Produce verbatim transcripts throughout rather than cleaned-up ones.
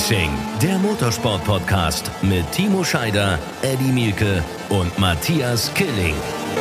Racing, der Motorsport-Podcast mit Timo Scheider, Eddie Mielke und Matthias Killing.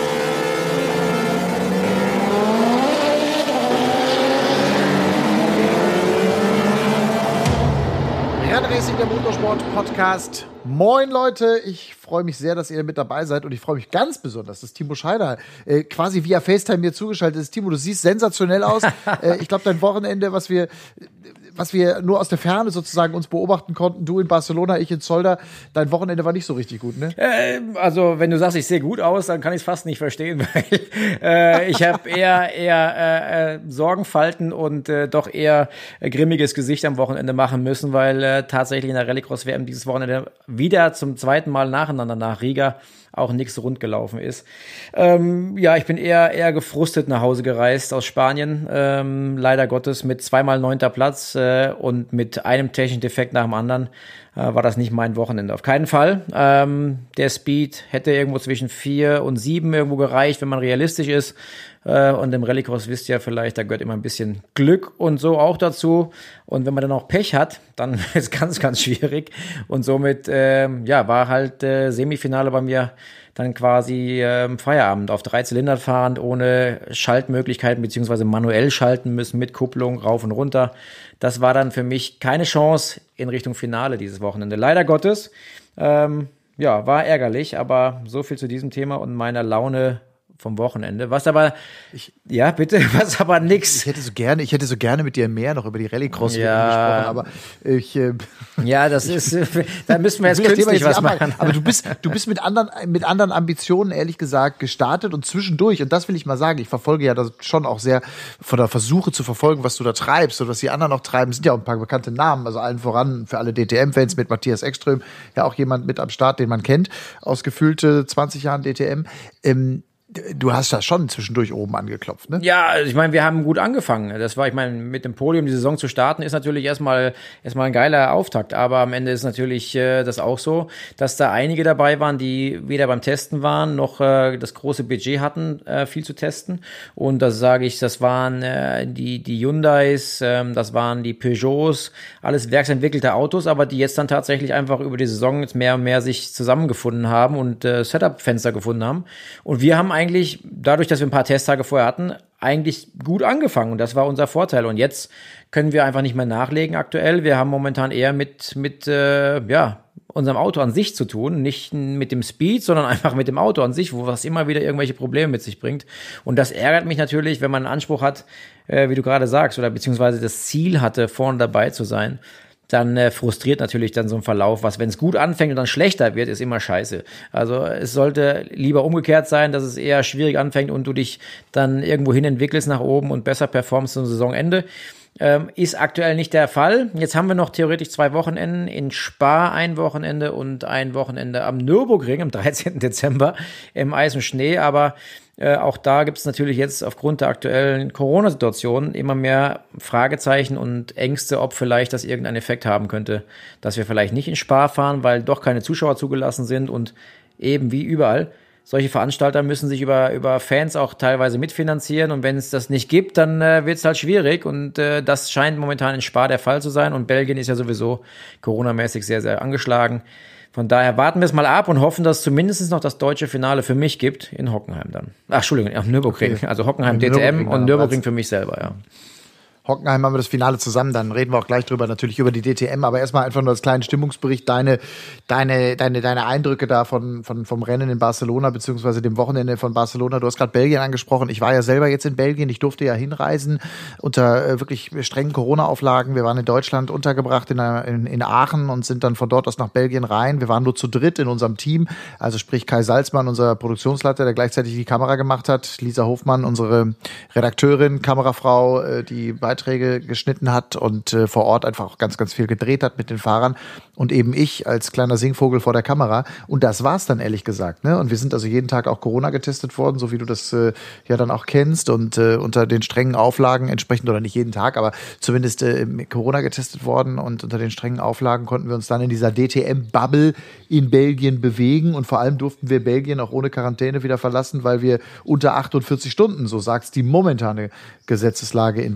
Racing, der Motorsport-Podcast. Moin Leute, ich freue mich sehr, dass ihr mit dabei seid und ich freue mich ganz besonders, dass Timo Scheider äh, quasi via FaceTime mir zugeschaltet ist. Timo, du siehst sensationell aus. äh, ich glaube, dein Wochenende, was wir, was wir nur aus der Ferne sozusagen uns beobachten konnten, du in Barcelona, ich in Zolder, dein Wochenende war nicht so richtig gut, ne? Äh, also, wenn du sagst, ich sehe gut aus, dann kann ich es fast nicht verstehen, weil äh, ich habe eher eher äh, Sorgenfalten und äh, doch eher äh, grimmiges Gesicht am Wochenende machen müssen, weil äh, tatsächlich in der Rallycross-W M dieses Wochenende wieder zum zweiten Mal nacheinander nach Riga auch nichts rund gelaufen ist. Ähm, ja, ich bin eher eher gefrustet nach Hause gereist aus Spanien, ähm, leider Gottes mit zweimal neunter Platz äh, und mit einem technischen Defekt nach dem anderen äh, war das nicht mein Wochenende. Auf keinen Fall. Ähm, der Speed hätte irgendwo zwischen vier und sieben irgendwo gereicht, wenn man realistisch ist. Äh, und im Rallycross wisst ihr ja vielleicht, da gehört immer ein bisschen Glück und so auch dazu. Und wenn man dann auch Pech hat, dann ist es ganz, ganz schwierig. Und somit, ähm, ja, war halt äh, Semifinale bei mir dann quasi ähm, Feierabend auf drei Zylinder fahrend, ohne Schaltmöglichkeiten beziehungsweise manuell schalten müssen mit Kupplung rauf und runter. Das war dann für mich keine Chance in Richtung Finale dieses Wochenende. Leider Gottes. Ähm, ja, war ärgerlich, aber so viel zu diesem Thema und meiner Laune vom Wochenende. Was aber, ich, ja, bitte, was aber nix. Ich hätte so gerne, ich hätte so gerne mit dir mehr noch über die Rallycross ja. gesprochen, aber ich, äh, ja, das ist, da müssen wir jetzt künstlich was machen. Aber du bist, du bist mit anderen, mit anderen Ambitionen, ehrlich gesagt, gestartet und zwischendurch, und das will ich mal sagen, ich verfolge ja das schon auch sehr von der Versuche zu verfolgen, was du da treibst und was die anderen auch treiben, sind ja auch ein paar bekannte Namen, also allen voran für alle D T M-Fans mit Matthias Ekström, ja auch jemand mit am Start, den man kennt, aus gefühlte zwanzig Jahren D T M. Ähm, Du hast da schon zwischendurch oben angeklopft, ne? Ja, ich meine, wir haben gut angefangen. Das war, ich meine, mit dem Podium die Saison zu starten, ist natürlich erstmal erstmal ein geiler Auftakt. Aber am Ende ist natürlich äh, das auch so, dass da einige dabei waren, die weder beim Testen waren, noch äh, das große Budget hatten, äh, viel zu testen. Und das sage ich, das waren äh, die die Hyundais, äh, das waren die Peugeots, alles werksentwickelte Autos, aber die jetzt dann tatsächlich einfach über die Saison jetzt mehr und mehr sich zusammengefunden haben und äh, Setup-Fenster gefunden haben. Und wir haben eigentlich, dadurch, dass wir ein paar Testtage vorher hatten, eigentlich gut angefangen und das war unser Vorteil. Und jetzt können wir einfach nicht mehr nachlegen aktuell. Wir haben momentan eher mit, mit äh, ja, unserem Auto an sich zu tun, nicht mit dem Speed, sondern einfach mit dem Auto an sich, wo was immer wieder irgendwelche Probleme mit sich bringt. Und das ärgert mich natürlich, wenn man einen Anspruch hat, äh, wie du gerade sagst, oder beziehungsweise das Ziel hatte, vorne dabei zu sein. Dann äh, frustriert natürlich dann so ein Verlauf, was, wenn es gut anfängt und dann schlechter wird, ist immer scheiße. Also es sollte lieber umgekehrt sein, dass es eher schwierig anfängt und du dich dann irgendwo hin entwickelst nach oben und besser performst zum Saisonende. Ähm, ist aktuell nicht der Fall. Jetzt haben wir noch theoretisch zwei Wochenenden, in Spa ein Wochenende und ein Wochenende am Nürburgring am dreizehnten Dezember im Eis und Schnee, aber Äh, auch da gibt es natürlich jetzt aufgrund der aktuellen Corona-Situation immer mehr Fragezeichen und Ängste, ob vielleicht das irgendeinen Effekt haben könnte, dass wir vielleicht nicht in Spa fahren, weil doch keine Zuschauer zugelassen sind und eben wie überall. Solche Veranstalter müssen sich über über Fans auch teilweise mitfinanzieren und wenn es das nicht gibt, dann äh, wird es halt schwierig und äh, das scheint momentan in Spa der Fall zu sein und Belgien ist ja sowieso coronamäßig sehr, sehr angeschlagen. Von daher warten wir es mal ab und hoffen, dass es zumindest noch das deutsche Finale für mich gibt in Hockenheim dann. Ach, Entschuldigung, am Nürburgring. Okay. Also Hockenheim D T M und Nürburgring für mich selber, ja. Hockenheim haben wir das Finale zusammen, dann reden wir auch gleich drüber, natürlich über die D T M, aber erstmal einfach nur als kleinen Stimmungsbericht, deine, deine, deine, deine Eindrücke da von, von, vom Rennen in Barcelona, beziehungsweise dem Wochenende von Barcelona. Du hast gerade Belgien angesprochen. Ich war ja selber jetzt in Belgien. Ich durfte ja hinreisen unter äh, wirklich strengen Corona-Auflagen. Wir waren in Deutschland untergebracht in, in, in Aachen und sind dann von dort aus nach Belgien rein. Wir waren nur zu dritt in unserem Team, also sprich Kai Salzmann, unser Produktionsleiter, der gleichzeitig die Kamera gemacht hat, Lisa Hofmann, unsere Redakteurin, Kamerafrau, äh, die Beiträge geschnitten hat und äh, vor Ort einfach auch ganz, ganz viel gedreht hat mit den Fahrern und eben ich als kleiner Singvogel vor der Kamera und das war's dann ehrlich gesagt, ne? Und wir sind also jeden Tag auch Corona getestet worden, so wie du das äh, ja dann auch kennst und äh, unter den strengen Auflagen entsprechend oder nicht jeden Tag, aber zumindest äh, Corona getestet worden und unter den strengen Auflagen konnten wir uns dann in dieser D T M-Bubble in Belgien bewegen und vor allem durften wir Belgien auch ohne Quarantäne wieder verlassen, weil wir unter achtundvierzig Stunden, so sagt's die momentane Gesetzeslage in Belgien gewesen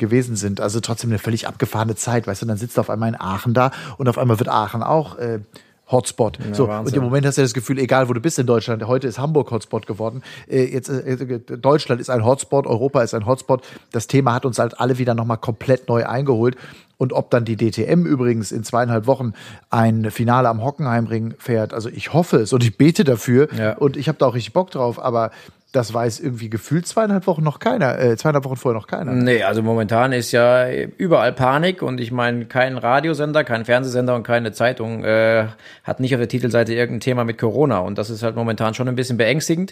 gewesen sind. Also trotzdem eine völlig abgefahrene Zeit, weißt du, dann sitzt du auf einmal in Aachen da und auf einmal wird Aachen auch äh, Hotspot. Ja, so, und im Moment hast du das Gefühl, egal wo du bist in Deutschland, heute ist Hamburg Hotspot geworden. Äh, jetzt äh, Deutschland ist ein Hotspot, Europa ist ein Hotspot. Das Thema hat uns halt alle wieder nochmal komplett neu eingeholt. Und ob dann die D T M übrigens in zweieinhalb Wochen ein Finale am Hockenheimring fährt, also ich hoffe es und ich bete dafür ja. und ich habe da auch richtig Bock drauf, aber das weiß irgendwie gefühlt zweieinhalb Wochen noch keiner, äh, zweieinhalb Wochen vorher noch keiner. Nee, also momentan ist ja überall Panik und ich meine, kein Radiosender, kein Fernsehsender und keine Zeitung äh, hat nicht auf der Titelseite irgendein Thema mit Corona und das ist halt momentan schon ein bisschen beängstigend.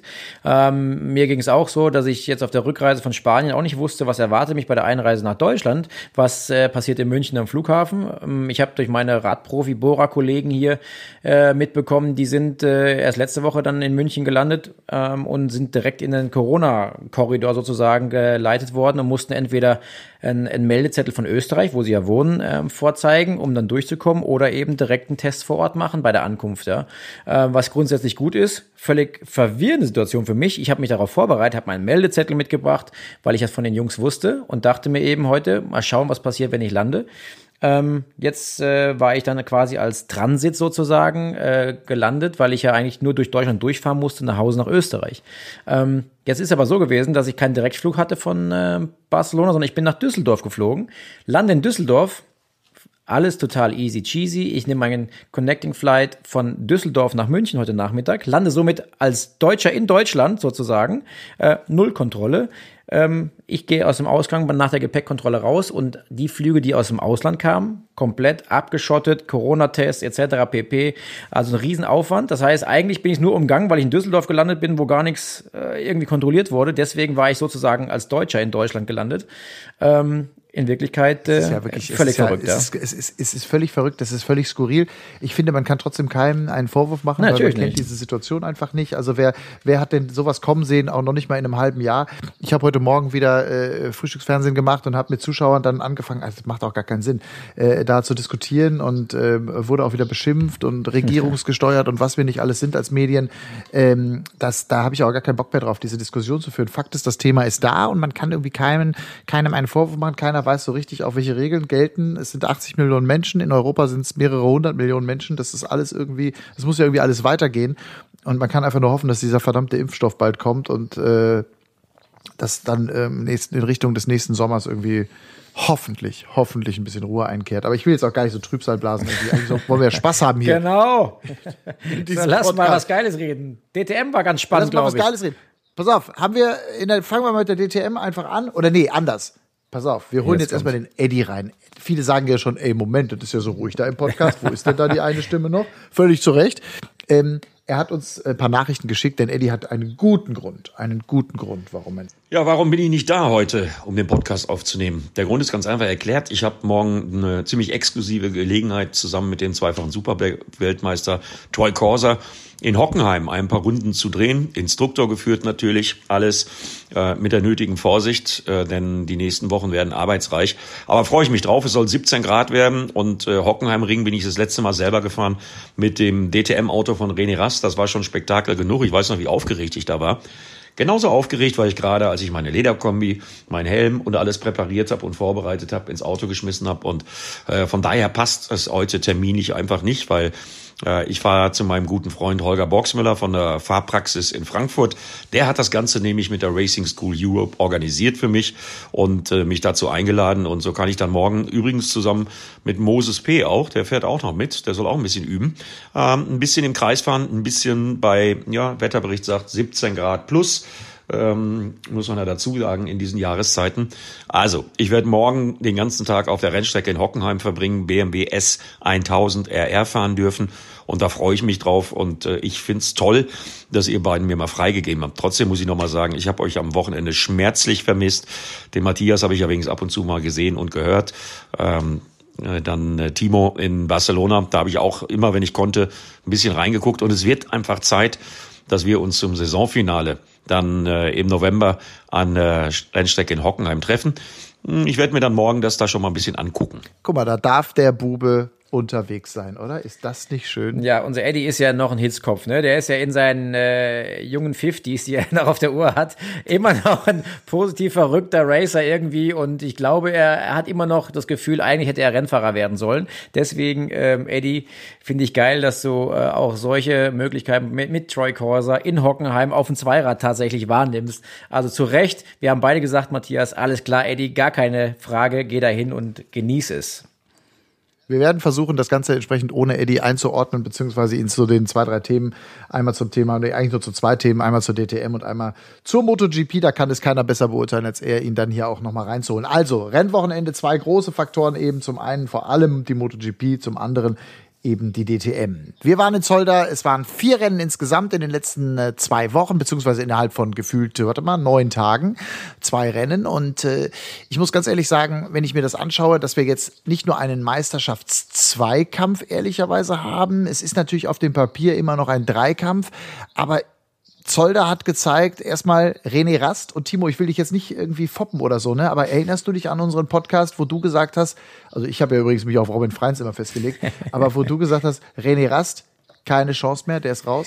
Ähm, mir ging es auch so, dass ich jetzt auf der Rückreise von Spanien auch nicht wusste, was erwartet mich bei der Einreise nach Deutschland, was äh, passiert in München am Flughafen. Ähm, ich habe durch meine Radprofi-Bora-Kollegen hier äh, mitbekommen, die sind äh, erst letzte Woche dann in München gelandet ähm, und sind direkt in den Corona-Korridor sozusagen geleitet worden und mussten entweder einen, einen Meldezettel von Österreich, wo sie ja wohnen, äh, vorzeigen, um dann durchzukommen, oder eben direkt einen Test vor Ort machen bei der Ankunft. Ja. Äh, was grundsätzlich gut ist, völlig verwirrende Situation für mich. Ich habe mich darauf vorbereitet, habe meinen Meldezettel mitgebracht, weil ich das von den Jungs wusste und dachte mir eben heute, mal schauen, was passiert, wenn ich lande. Ähm, jetzt äh, war ich dann quasi als Transit sozusagen äh, gelandet, weil ich ja eigentlich nur durch Deutschland durchfahren musste, nach Hause nach Österreich. Ähm, jetzt ist aber so gewesen, dass ich keinen Direktflug hatte von äh, Barcelona, sondern ich bin nach Düsseldorf geflogen, lande in Düsseldorf, alles total easy cheesy. Ich nehme meinen Connecting Flight von Düsseldorf nach München heute Nachmittag, lande somit als Deutscher in Deutschland sozusagen, äh, Null Kontrolle. Ähm, ich gehe aus dem Ausgang nach der Gepäckkontrolle raus und die Flüge, die aus dem Ausland kamen, komplett abgeschottet, Corona-Tests et cetera pp. Also ein Riesenaufwand. Das heißt, eigentlich bin ich nur umgangen, weil ich in Düsseldorf gelandet bin, wo gar nichts äh, irgendwie kontrolliert wurde. Deswegen war ich sozusagen als Deutscher in Deutschland gelandet. Ähm, In Wirklichkeit äh, ist ja wirklich, völlig es ist verrückt. Ja, ja. es, ist, es, ist, es ist völlig verrückt, es ist völlig skurril. Ich finde, man kann trotzdem keinem einen Vorwurf machen, Na, weil man nicht. kennt diese Situation einfach nicht. Also wer, wer hat denn sowas kommen sehen, auch noch nicht mal in einem halben Jahr. Ich habe heute Morgen wieder äh, Frühstücksfernsehen gemacht und habe mit Zuschauern dann angefangen, also das macht auch gar keinen Sinn, äh, da zu diskutieren und äh, wurde auch wieder beschimpft und regierungsgesteuert und was wir nicht alles sind als Medien. Ähm, das, da habe ich auch gar keinen Bock mehr drauf, diese Diskussion zu führen. Fakt ist, das Thema ist da und man kann irgendwie keinem, keinem einen Vorwurf machen, keiner weiß so richtig, auf welche Regeln gelten. Es sind achtzig Millionen Menschen, in Europa sind es mehrere hundert Millionen Menschen. Das ist alles irgendwie, das muss ja irgendwie alles weitergehen. Und man kann einfach nur hoffen, dass dieser verdammte Impfstoff bald kommt und äh, dass dann ähm, nächsten, in Richtung des nächsten Sommers irgendwie hoffentlich, hoffentlich ein bisschen Ruhe einkehrt. Aber ich will jetzt auch gar nicht so Trübsal blasen. Eigentlich so, wollen wir ja Spaß haben hier. Genau. So, lass Podcast. mal was Geiles reden. D T M war ganz spannend, glaube ich. Lass mal was Geiles reden. Pass auf, haben wir in der, fangen wir mal mit der D T M einfach an? Oder nee, anders. Pass auf, wir holen jetzt, jetzt erstmal den Eddie rein. Viele sagen ja schon, ey, Moment, das ist ja so ruhig da im Podcast. Wo ist denn da die eine Stimme noch? Völlig zu Recht. Ähm, er hat uns ein paar Nachrichten geschickt, denn Eddie hat einen guten Grund. Einen guten Grund, warum er... Ja, warum bin ich nicht da heute, um den Podcast aufzunehmen? Der Grund ist ganz einfach erklärt. Ich habe morgen eine ziemlich exklusive Gelegenheit, zusammen mit dem zweifachen Superweltmeister Troy Corser in Hockenheim ein paar Runden zu drehen. Instruktor geführt natürlich, alles äh, mit der nötigen Vorsicht, äh, denn die nächsten Wochen werden arbeitsreich. Aber freue ich mich drauf, es soll siebzehn Grad werden und äh, Hockenheimring bin ich das letzte Mal selber gefahren mit dem D T M-Auto von René Rast. Das war schon Spektakel genug. Ich weiß noch, wie aufgeregt ich da war. Genauso aufgeregt war ich gerade, als ich meine Lederkombi, meinen Helm und alles präpariert habe und vorbereitet habe, ins Auto geschmissen habe. Und äh, von daher passt es heute terminlich einfach nicht, weil äh, ich fahre zu meinem guten Freund Holger Borgsmüller von der Fahrpraxis in Frankfurt. Der hat das Ganze nämlich mit der Racing School Europe organisiert für mich und äh, mich dazu eingeladen. Und so kann ich dann morgen übrigens zusammen mit Moses P. auch, der fährt auch noch mit, der soll auch ein bisschen üben, ähm, ein bisschen im Kreis fahren, ein bisschen bei, ja, Wetterbericht sagt siebzehn Grad plus. Ähm, muss man ja dazu sagen, in diesen Jahreszeiten. Also, ich werde morgen den ganzen Tag auf der Rennstrecke in Hockenheim verbringen, B M W S tausend R R fahren dürfen und da freue ich mich drauf und äh, ich find's toll, dass ihr beiden mir mal freigegeben habt. Trotzdem muss ich nochmal sagen, ich habe euch am Wochenende schmerzlich vermisst. Den Matthias habe ich ja wenigstens ab und zu mal gesehen und gehört. Ähm, Dann äh, Timo in Barcelona, da habe ich auch immer, wenn ich konnte, ein bisschen reingeguckt und es wird einfach Zeit, dass wir uns zum Saisonfinale dann äh, im November an der Rennstrecke in Hockenheim treffen. Ich werde mir dann morgen das da schon mal ein bisschen angucken. Guck mal, da darf der Bube unterwegs sein, oder? Ist das nicht schön? Ja, unser Eddie ist ja noch ein Hitzkopf, ne? Der ist ja in seinen äh, jungen fünfziger, die er noch auf der Uhr hat, immer noch ein positiv verrückter Racer irgendwie und ich glaube, er, er hat immer noch das Gefühl, eigentlich hätte er Rennfahrer werden sollen. Deswegen, ähm, Eddie, finde ich geil, dass du äh, auch solche Möglichkeiten mit, mit Troy Corsa in Hockenheim auf dem Zweirad tatsächlich wahrnimmst. Also zu Recht, wir haben beide gesagt, Matthias, alles klar, Eddie, gar keine Frage, geh da hin und genieß es. Wir werden versuchen, das Ganze entsprechend ohne Eddie einzuordnen, beziehungsweise ihn zu den zwei, drei Themen, einmal zum Thema, nee, eigentlich nur zu zwei Themen, einmal zur D T M und einmal zur MotoGP, da kann es keiner besser beurteilen, als er, ihn dann hier auch nochmal reinzuholen. Also, Rennwochenende, zwei große Faktoren eben, zum einen vor allem die MotoGP, zum anderen eben die D T M. Wir waren in Zolder, es waren vier Rennen insgesamt in den letzten äh, zwei Wochen, beziehungsweise innerhalb von gefühlt, warte mal, neun Tagen, zwei Rennen und äh, ich muss ganz ehrlich sagen, wenn ich mir das anschaue, dass wir jetzt nicht nur einen Meisterschaftszweikampf ehrlicherweise haben, es ist natürlich auf dem Papier immer noch ein Dreikampf, aber Zolder hat gezeigt, erstmal René Rast und Timo, ich will dich jetzt nicht irgendwie foppen oder so, ne? Aber erinnerst du dich an unseren Podcast, wo du gesagt hast, also ich habe ja übrigens mich auf Robin Freins immer festgelegt, aber wo du gesagt hast, René Rast, keine Chance mehr, der ist raus?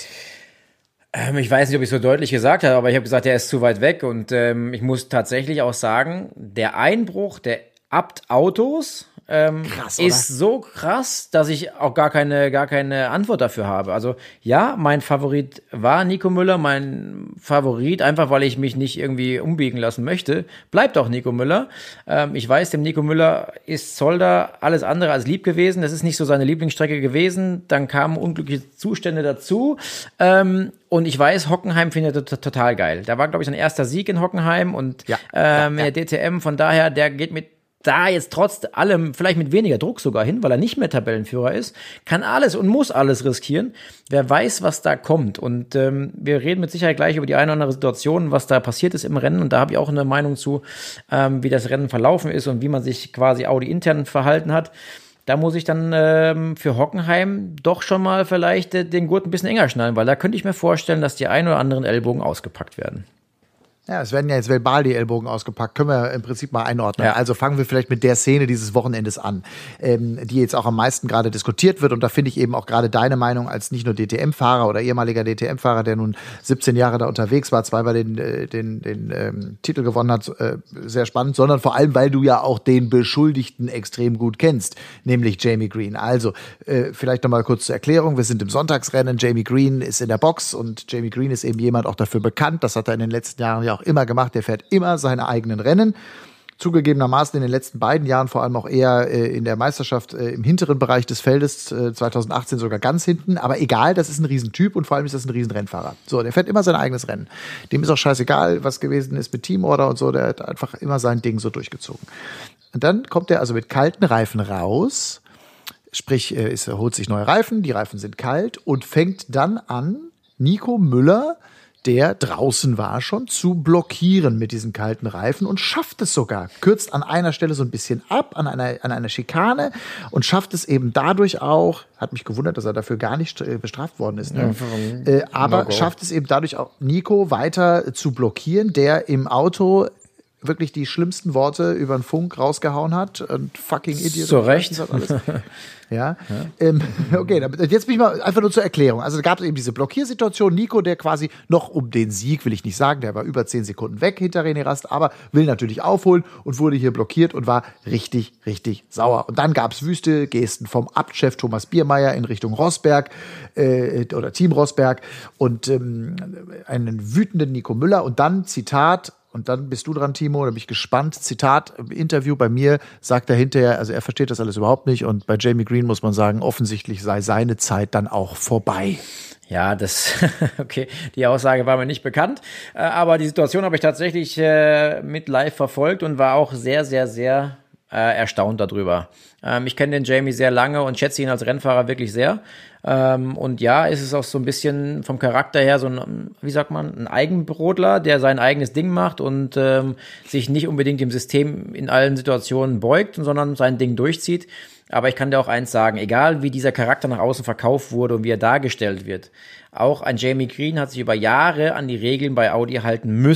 Ähm, ich weiß nicht, ob ich so deutlich gesagt habe, aber ich habe gesagt, der ist zu weit weg und ähm, ich muss tatsächlich auch sagen, der Einbruch der Abt-Autos Ähm, krass, ist so krass, dass ich auch gar keine, gar keine Antwort dafür habe. Also ja, mein Favorit war Nico Müller, mein Favorit, einfach weil ich mich nicht irgendwie umbiegen lassen möchte, bleibt auch Nico Müller. Ähm, ich weiß, dem Nico Müller ist Zolder alles andere als lieb gewesen. Das ist nicht so seine Lieblingsstrecke gewesen. Dann kamen unglückliche Zustände dazu. Ähm, Und ich weiß, Hockenheim findet er total geil. Da war, glaube ich, sein erster Sieg in Hockenheim und ja, ähm, ja, ja. in der D T M. Von daher, der geht mit da jetzt trotz allem, vielleicht mit weniger Druck sogar hin, weil er nicht mehr Tabellenführer ist, kann alles und muss alles riskieren. Wer weiß, was da kommt. Und ähm, wir reden mit Sicherheit gleich über die eine oder andere Situation, was da passiert ist im Rennen. Und da habe ich auch eine Meinung zu, ähm, wie das Rennen verlaufen ist und wie man sich quasi Audi intern verhalten hat. Da muss ich dann ähm, für Hockenheim doch schon mal vielleicht äh, den Gurt ein bisschen enger schnallen, weil da könnte ich mir vorstellen, dass die ein oder anderen Ellbogen ausgepackt werden. Ja, es werden ja jetzt verbal die Ellbogen ausgepackt, können wir im Prinzip mal einordnen. Ja. Also fangen wir vielleicht mit der Szene dieses Wochenendes an, ähm, die jetzt auch am meisten gerade diskutiert wird. Und da finde ich eben auch gerade deine Meinung als nicht nur D T M-Fahrer oder ehemaliger D T M-Fahrer, der nun siebzehn Jahre da unterwegs war, zweimal den, äh, den, den ähm, Titel gewonnen hat, äh, sehr spannend, sondern vor allem, weil du ja auch den Beschuldigten extrem gut kennst, nämlich Jamie Green. Also äh, vielleicht nochmal kurz zur Erklärung, wir sind im Sonntagsrennen, Jamie Green ist in der Box und Jamie Green ist eben jemand auch dafür bekannt, das hat er in den letzten Jahren ja auch immer gemacht, der fährt immer seine eigenen Rennen. Zugegebenermaßen in den letzten beiden Jahren vor allem auch eher äh, in der Meisterschaft äh, im hinteren Bereich des Feldes, äh, zwanzig achtzehn sogar ganz hinten. Aber egal, das ist ein Riesentyp und vor allem ist das ein Riesenrennfahrer. So, der fährt immer sein eigenes Rennen. Dem ist auch scheißegal, was gewesen ist mit Teamorder und so. Der hat einfach immer sein Ding so durchgezogen. Und dann kommt er also mit kalten Reifen raus, sprich, äh, ist, er holt sich neue Reifen, die Reifen sind kalt und fängt dann an, Nico Müller, der draußen war schon, zu blockieren mit diesen kalten Reifen und schafft es sogar. Kürzt an einer Stelle so ein bisschen ab, an einer, an einer Schikane und schafft es eben dadurch auch, hat mich gewundert, dass er dafür gar nicht bestraft worden ist, ne? Ja, äh, aber no schafft es eben dadurch auch, Nico weiter zu blockieren, der im Auto wirklich die schlimmsten Worte über den Funk rausgehauen hat und fucking Idiot. Zu Recht. Alles. Ja. ja. Ähm, okay, jetzt bin ich mal einfach nur zur Erklärung. Also da gab es eben diese Blockiersituation. Nico, der quasi noch um den Sieg, will ich nicht sagen, der war über zehn Sekunden weg hinter René Rast, aber will natürlich aufholen und wurde hier blockiert und war richtig, richtig sauer. Und dann gab es wüste Gesten vom Abtchef Thomas Biermeier in Richtung Rosberg äh, oder Team Rosberg und ähm, einen wütenden Nico Müller und dann, Zitat, und dann bist du dran, Timo, da bin ich gespannt. Zitat im Interview bei mir sagt er hinterher, also er versteht das alles überhaupt nicht. Und bei Jamie Green muss man sagen, offensichtlich sei seine Zeit dann auch vorbei. Ja, das, okay, die Aussage war mir nicht bekannt. Aber die Situation habe ich tatsächlich mit live verfolgt und war auch sehr, sehr, sehr erstaunt darüber. Ich kenne den Jamie sehr lange und schätze ihn als Rennfahrer wirklich sehr. Und ja, ist es auch so ein bisschen vom Charakter her so ein, wie sagt man, ein Eigenbrotler, der sein eigenes Ding macht und ähm, sich nicht unbedingt dem System in allen Situationen beugt, sondern sein Ding durchzieht. Aber ich kann dir auch eins sagen, egal wie dieser Charakter nach außen verkauft wurde und wie er dargestellt wird, auch ein Jamie Green hat sich über Jahre an die Regeln bei Audi halten müssen,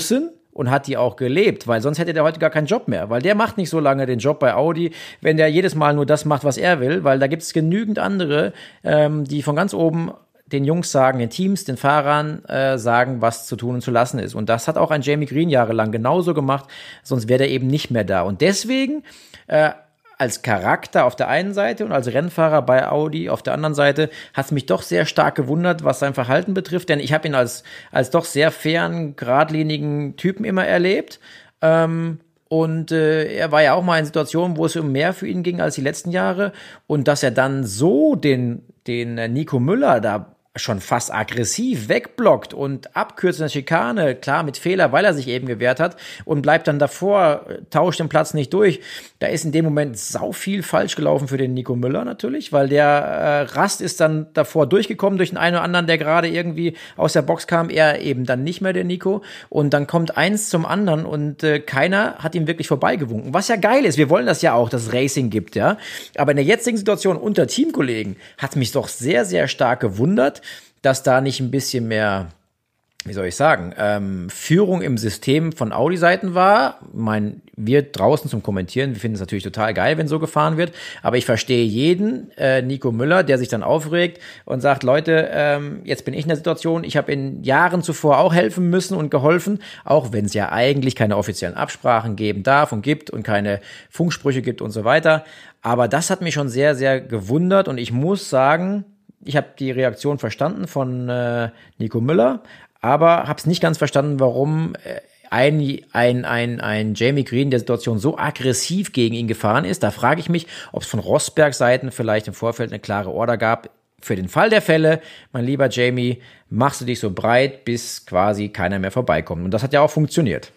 und hat die auch gelebt, weil sonst hätte der heute gar keinen Job mehr, weil der macht nicht so lange den Job bei Audi, wenn der jedes Mal nur das macht, was er will, weil da gibt es genügend andere, ähm, die von ganz oben den Jungs sagen, den Teams, den Fahrern äh, sagen, was zu tun und zu lassen ist. Und das hat auch ein Jamie Green jahrelang genauso gemacht, sonst wäre der eben nicht mehr da. Und deswegen äh, als Charakter auf der einen Seite und als Rennfahrer bei Audi auf der anderen Seite hat es mich doch sehr stark gewundert, was sein Verhalten betrifft, denn ich habe ihn als, als doch sehr fairen, geradlinigen Typen immer erlebt. Ähm, und äh, er war ja auch mal in Situationen, wo es um mehr für ihn ging als die letzten Jahre. Und dass er dann so den, den Nico Müller da schon fast aggressiv wegblockt und abkürzt in der Schikane, klar mit Fehler, weil er sich eben gewehrt hat und bleibt dann davor, tauscht den Platz nicht durch. Da ist in dem Moment sau viel falsch gelaufen für den Nico Müller natürlich, weil der äh, Rast ist dann davor durchgekommen durch den einen oder anderen, der gerade irgendwie aus der Box kam, er eben dann nicht mehr der Nico und dann kommt eins zum anderen und äh, keiner hat ihm wirklich vorbeigewunken, was ja geil ist, wir wollen das ja auch, dass es Racing gibt, ja, aber in der jetzigen Situation unter Teamkollegen hat mich doch sehr, sehr stark gewundert, dass da nicht ein bisschen mehr, wie soll ich sagen, ähm, Führung im System von Audi-Seiten war. Ich meine, wir draußen zum Kommentieren, wir finden es natürlich total geil, wenn so gefahren wird, aber ich verstehe jeden, äh, Nico Müller, der sich dann aufregt und sagt, Leute, ähm, jetzt bin ich in der Situation, ich habe in Jahren zuvor auch helfen müssen und geholfen, auch wenn es ja eigentlich keine offiziellen Absprachen geben darf und gibt und keine Funksprüche gibt und so weiter, aber das hat mich schon sehr, sehr gewundert und ich muss sagen, ich habe die Reaktion verstanden von äh, Nico Müller, aber habe es nicht ganz verstanden, warum äh, ein, ein, ein, ein Jamie Green der Situation so aggressiv gegen ihn gefahren ist. Da frage ich mich, ob es von Rosberg Seiten vielleicht im Vorfeld eine klare Order gab. Für den Fall der Fälle, mein lieber Jamie, machst du dich so breit, bis quasi keiner mehr vorbeikommt. Und das hat ja auch funktioniert.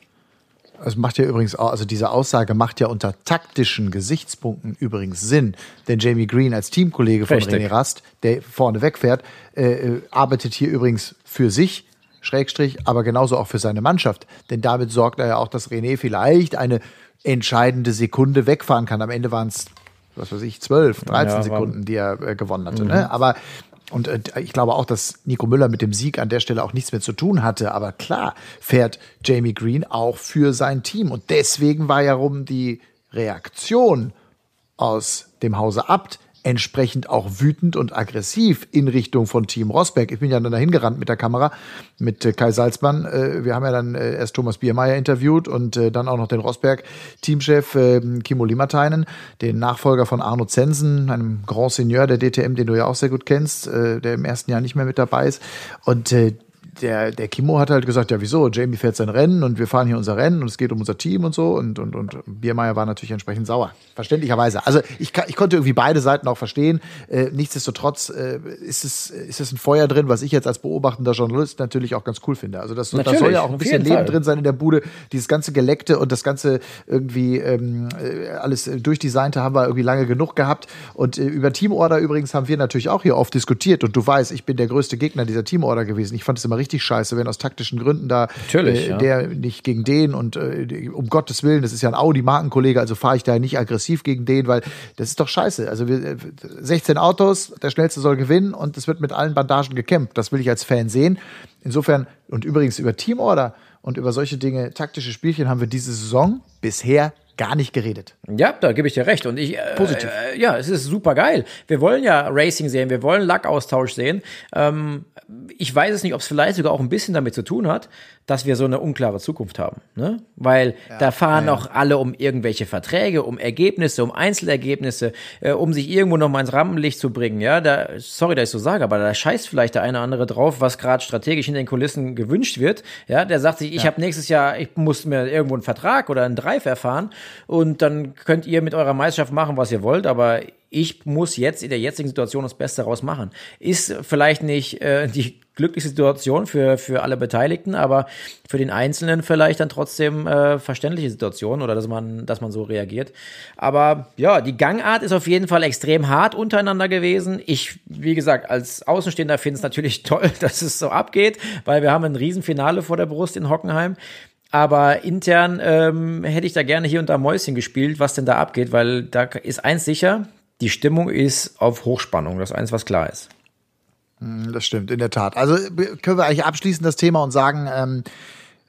Es macht ja übrigens auch, also diese Aussage macht ja unter taktischen Gesichtspunkten übrigens Sinn, denn Jamie Green als Teamkollege von Richtig. René Rast, der vorne wegfährt, äh, arbeitet hier übrigens für sich, Schrägstrich, aber genauso auch für seine Mannschaft, denn damit sorgt er ja auch, dass René vielleicht eine entscheidende Sekunde wegfahren kann. Am Ende waren es, was weiß ich, zwölf, dreizehn ja, Sekunden, die er äh, gewonnen hatte. Mhm. Ne? Aber Und äh, ich glaube auch, dass Nico Müller mit dem Sieg an der Stelle auch nichts mehr zu tun hatte. Aber klar fährt Jamie Green auch für sein Team. Und deswegen war ja rum die Reaktion aus dem Hause Abt entsprechend auch wütend und aggressiv in Richtung von Team Rosberg. Ich bin ja dann dahin gerannt mit der Kamera, mit äh, Kai Salzmann. Äh, wir haben ja dann äh, erst Thomas Biermeier interviewt und äh, dann auch noch den Rosberg-Teamchef äh, Kimmo Limateinen, den Nachfolger von Arno Zensen, einem Grand Seigneur der D T M, den du ja auch sehr gut kennst, äh, der im ersten Jahr nicht mehr mit dabei ist. Und äh, Der, der Kimmo hat halt gesagt, ja wieso, Jamie fährt sein Rennen und wir fahren hier unser Rennen und es geht um unser Team und so und, und, und Biermeier war natürlich entsprechend sauer, verständlicherweise. Also ich, ich konnte irgendwie beide Seiten auch verstehen, äh, nichtsdestotrotz äh, ist, es, ist es ein Feuer drin, was ich jetzt als beobachtender Journalist natürlich auch ganz cool finde. Also das, da soll ja auch ein bisschen Leben Fall. drin sein in der Bude, dieses ganze Geleckte und das ganze irgendwie ähm, alles durchdesignte haben wir irgendwie lange genug gehabt und äh, über Teamorder übrigens haben wir natürlich auch hier oft diskutiert und du weißt, ich bin der größte Gegner dieser Teamorder gewesen. Ich fand es immer richtig scheiße, wenn aus taktischen Gründen da äh, ja. der nicht gegen den und äh, um Gottes Willen, das ist ja ein Audi-Markenkollege, also fahre ich da nicht aggressiv gegen den, weil das ist doch scheiße. Also wir, sechzehn Autos, der Schnellste soll gewinnen und es wird mit allen Bandagen gekämpft. Das will ich als Fan sehen. Insofern, und übrigens über Teamorder und über solche Dinge, taktische Spielchen haben wir diese Saison bisher gar nicht geredet. Ja, da gebe ich dir recht. Und ich, äh, Positiv. Äh, ja, es ist super geil. Wir wollen ja Racing sehen, wir wollen Lackaustausch sehen. Ähm, ich weiß es nicht, ob es vielleicht sogar auch ein bisschen damit zu tun hat, dass wir so eine unklare Zukunft haben. Ne? Weil ja, da fahren ja, ja. auch alle um irgendwelche Verträge, um Ergebnisse, um Einzelergebnisse, äh, um sich irgendwo noch mal ins Rampenlicht zu bringen. Ja, da, sorry, dass ich so sage, aber da scheißt vielleicht der eine oder andere drauf, was gerade strategisch hinter den Kulissen gewünscht wird. Ja, der sagt sich, ich ja. habe nächstes Jahr, ich muss mir irgendwo einen Vertrag oder einen Drive erfahren und dann könnt ihr mit eurer Meisterschaft machen, was ihr wollt, aber ich muss jetzt in der jetzigen Situation das Beste daraus machen. Ist vielleicht nicht äh, die glücklichste Situation für für alle Beteiligten, aber für den Einzelnen vielleicht dann trotzdem äh, verständliche Situation oder dass man dass man so reagiert. Aber ja, die Gangart ist auf jeden Fall extrem hart untereinander gewesen. Ich, wie gesagt, als Außenstehender finde es natürlich toll, dass es so abgeht, weil wir haben ein Riesenfinale vor der Brust in Hockenheim. Aber intern ähm, hätte ich da gerne hier und da Mäuschen gespielt, was denn da abgeht, weil da ist eins sicher, die Stimmung ist auf Hochspannung, das ist eins, was klar ist. Das stimmt, in der Tat. Also können wir eigentlich abschließen das Thema und sagen, ähm,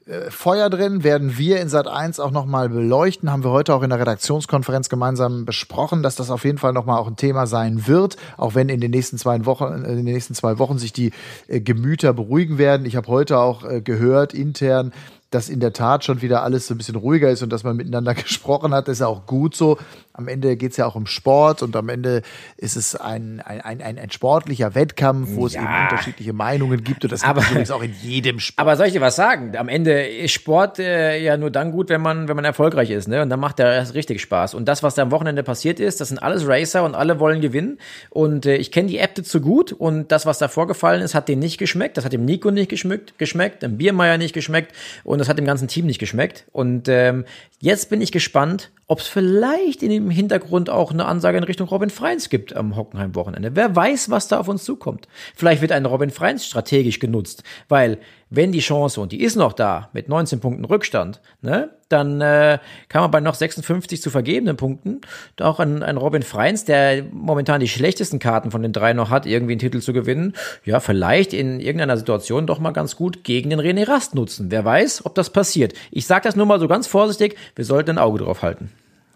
äh, Feuer drin, werden wir in Sat eins auch nochmal beleuchten, haben wir heute auch in der Redaktionskonferenz gemeinsam besprochen, dass das auf jeden Fall nochmal auch ein Thema sein wird, auch wenn in den nächsten zwei Wochen, in den nächsten zwei Wochen sich die äh, Gemüter beruhigen werden. Ich habe heute auch äh, gehört, intern, dass in der Tat schon wieder alles so ein bisschen ruhiger ist und dass man miteinander gesprochen hat. Das ist ja auch gut so. Am Ende geht es ja auch um Sport und am Ende ist es ein, ein, ein, ein sportlicher Wettkampf, wo es ja. eben unterschiedliche Meinungen gibt und das gibt es übrigens auch in jedem Sport. Aber soll ich dir was sagen? Am Ende ist Sport äh, ja nur dann gut, wenn man, wenn man erfolgreich ist, ne? Und dann macht der erst richtig Spaß. Und das, was da am Wochenende passiert ist, das sind alles Racer und alle wollen gewinnen. Und äh, ich kenne die Äbte zu gut und das, was da vorgefallen ist, hat denen nicht geschmeckt. Das hat dem Nico nicht geschmeckt, geschmeckt, dem Biermeier nicht geschmeckt und das hat dem ganzen Team nicht geschmeckt. Und ähm, jetzt bin ich gespannt, ob es vielleicht in dem Hintergrund auch eine Ansage in Richtung Robin Freins gibt am Hockenheim-Wochenende. Wer weiß, was da auf uns zukommt. Vielleicht wird ein Robin Freins strategisch genutzt, weil wenn die Chance, und die ist noch da, mit neunzehn Punkten Rückstand, ne, dann äh, kann man bei noch sechsundfünfzig zu vergebenen Punkten auch ein, ein Robin Freins, der momentan die schlechtesten Karten von den drei noch hat, irgendwie einen Titel zu gewinnen, ja, vielleicht in irgendeiner Situation doch mal ganz gut gegen den René Rast nutzen. Wer weiß, ob das passiert. Ich sage das nur mal so ganz vorsichtig, wir sollten ein Auge drauf halten.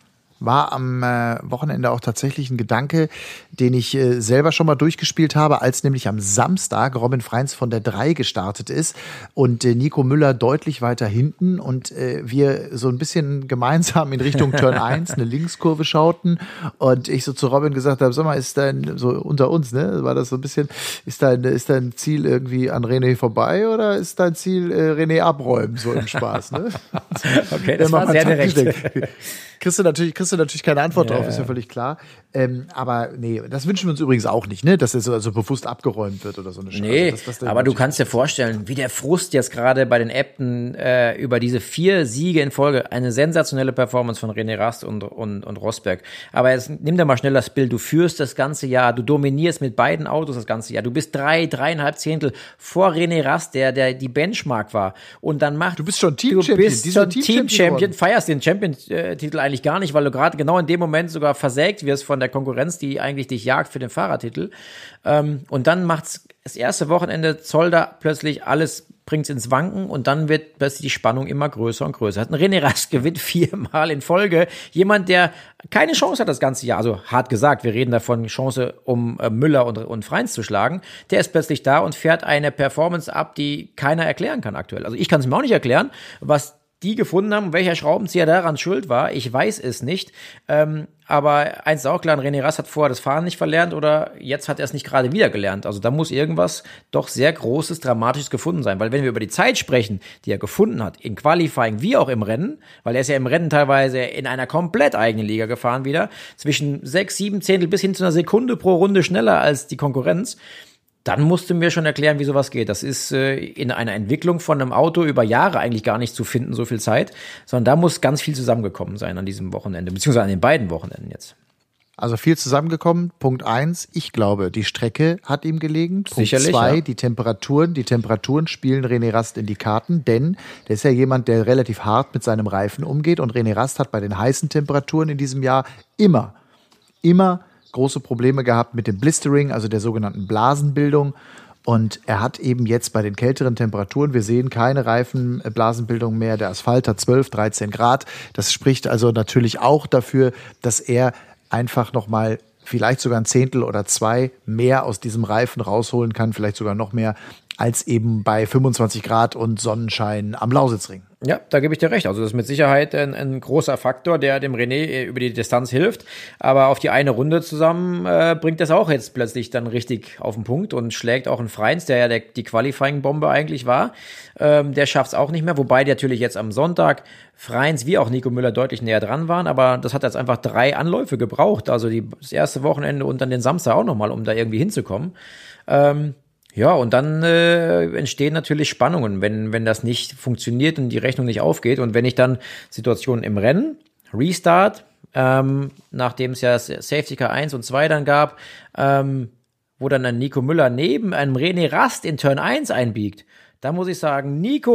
War am äh, Wochenende auch tatsächlich ein Gedanke, den ich äh, selber schon mal durchgespielt habe, als nämlich am Samstag Robin Freins von der drei gestartet ist und äh, Nico Müller deutlich weiter hinten und äh, wir so ein bisschen gemeinsam in Richtung Turn eins eine Linkskurve schauten und ich so zu Robin gesagt habe, sag mal, ist dein, so unter uns, ne, war das so ein bisschen, ist dein, ist dein Ziel irgendwie an René vorbei oder ist dein Ziel äh, René abräumen, so im Spaß, ne? Okay, das war sehr direkt. Kriegst du natürlich, kriegst du natürlich keine Antwort ja, drauf, ist ja völlig klar. Ähm, aber nee, das wünschen wir uns übrigens auch nicht, ne, dass er so also bewusst abgeräumt wird oder so eine Scheiße. Nee, das, das aber du kannst dir vorstellen, wie der Frust jetzt gerade bei den Äbten äh, über diese vier Siege in Folge, eine sensationelle Performance von René Rast und, und, und Rosberg. Aber jetzt nimm dir mal schnell das Bild, du führst das ganze Jahr, du dominierst mit beiden Autos das ganze Jahr, du bist drei, dreieinhalb Zehntel vor René Rast, der, der die Benchmark war. Und dann macht, du bist schon Team-Champion, du bist schon Team-Champion, feierst den Champion-Titel eigentlich gar nicht, weil du gerade genau in dem Moment sogar versägt wirst von der Konkurrenz, die eigentlich dich jagt für den Fahrertitel. Ähm, und dann macht's das erste Wochenende Zolder plötzlich alles, bringt's ins Wanken und dann wird plötzlich die Spannung immer größer und größer. Hat ein René Rast gewinnt viermal in Folge. Jemand, der keine Chance hat das ganze Jahr, also hart gesagt, wir reden davon, Chance, um äh, Müller und, und Freins zu schlagen, der ist plötzlich da und fährt eine Performance ab, die keiner erklären kann aktuell. Also ich kann es mir auch nicht erklären, was die gefunden haben, welcher Schraubenzieher daran schuld war. Ich weiß es nicht. Ähm, aber eins ist auch klar, René Rast hat vorher das Fahren nicht verlernt oder jetzt hat er es nicht gerade wieder gelernt. Also da muss irgendwas doch sehr Großes, Dramatisches gefunden sein. Weil wenn wir über die Zeit sprechen, die er gefunden hat, in Qualifying wie auch im Rennen, weil er ist ja im Rennen teilweise in einer komplett eigenen Liga gefahren wieder, zwischen sechs, sieben Zehntel bis hin zu einer Sekunde pro Runde schneller als die Konkurrenz, dann musst du mir schon erklären, wie sowas geht. Das ist äh, in einer Entwicklung von einem Auto über Jahre eigentlich gar nicht zu finden, so viel Zeit, sondern da muss ganz viel zusammengekommen sein an diesem Wochenende, beziehungsweise an den beiden Wochenenden jetzt. Also viel zusammengekommen. Punkt eins, ich glaube, die Strecke hat ihm gelegen. Punkt Sicherlich, zwei, ja. die Temperaturen. Die Temperaturen spielen René Rast in die Karten, denn der ist ja jemand, der relativ hart mit seinem Reifen umgeht und René Rast hat bei den heißen Temperaturen in diesem Jahr immer, immer große Probleme gehabt mit dem Blistering, also der sogenannten Blasenbildung. Und er hat eben jetzt bei den kälteren Temperaturen, wir sehen keine Reifenblasenbildung mehr, der Asphalt hat zwölf, dreizehn Grad. Das spricht also natürlich auch dafür, dass er einfach nochmal vielleicht sogar ein Zehntel oder zwei mehr aus diesem Reifen rausholen kann, vielleicht sogar noch mehr, als eben bei fünfundzwanzig Grad und Sonnenschein am Lausitzring. Ja, da gebe ich dir recht. Also das ist mit Sicherheit ein, ein großer Faktor, der dem René über die Distanz hilft. Aber auf die eine Runde zusammen äh, bringt das auch jetzt plötzlich dann richtig auf den Punkt und schlägt auch einen Freins, der ja der, die Qualifying-Bombe eigentlich war. Ähm, der schafft es auch nicht mehr, wobei die natürlich jetzt am Sonntag Freins wie auch Nico Müller deutlich näher dran waren. Aber das hat jetzt einfach drei Anläufe gebraucht. Also die, das erste Wochenende und dann den Samstag auch nochmal, um da irgendwie hinzukommen. Ähm, Ja, und dann äh, entstehen natürlich Spannungen, wenn wenn das nicht funktioniert und die Rechnung nicht aufgeht. Und wenn ich dann Situationen im Rennen, Restart, ähm, nachdem es ja Safety Car eins und zwei dann gab, ähm, wo dann ein Nico Müller neben einem René Rast in Turn eins einbiegt, da muss ich sagen, Nico,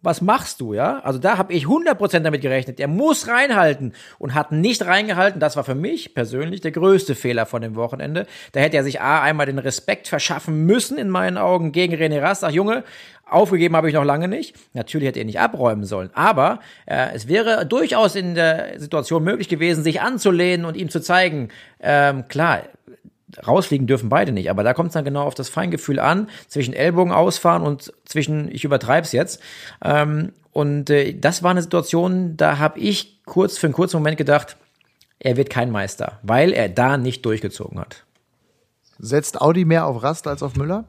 was machst du, ja? Also da habe ich hundert Prozent damit gerechnet, der muss reinhalten und hat nicht reingehalten. Das war für mich persönlich der größte Fehler von dem Wochenende. Da hätte er sich A, einmal den Respekt verschaffen müssen, in meinen Augen, gegen René Rast. Ach Junge, aufgegeben habe ich noch lange nicht. Natürlich hätte er nicht abräumen sollen, aber äh, es wäre durchaus in der Situation möglich gewesen, sich anzulehnen und ihm zu zeigen, ähm, klar, rausfliegen dürfen beide nicht, aber da kommt es dann genau auf das Feingefühl an, zwischen Ellbogen ausfahren und zwischen, ich übertreib's jetzt. Ähm, und äh, das war eine Situation, da habe ich kurz für einen kurzen Moment gedacht, er wird kein Meister, weil er da nicht durchgezogen hat. Setzt Audi mehr auf Rast als auf Müller?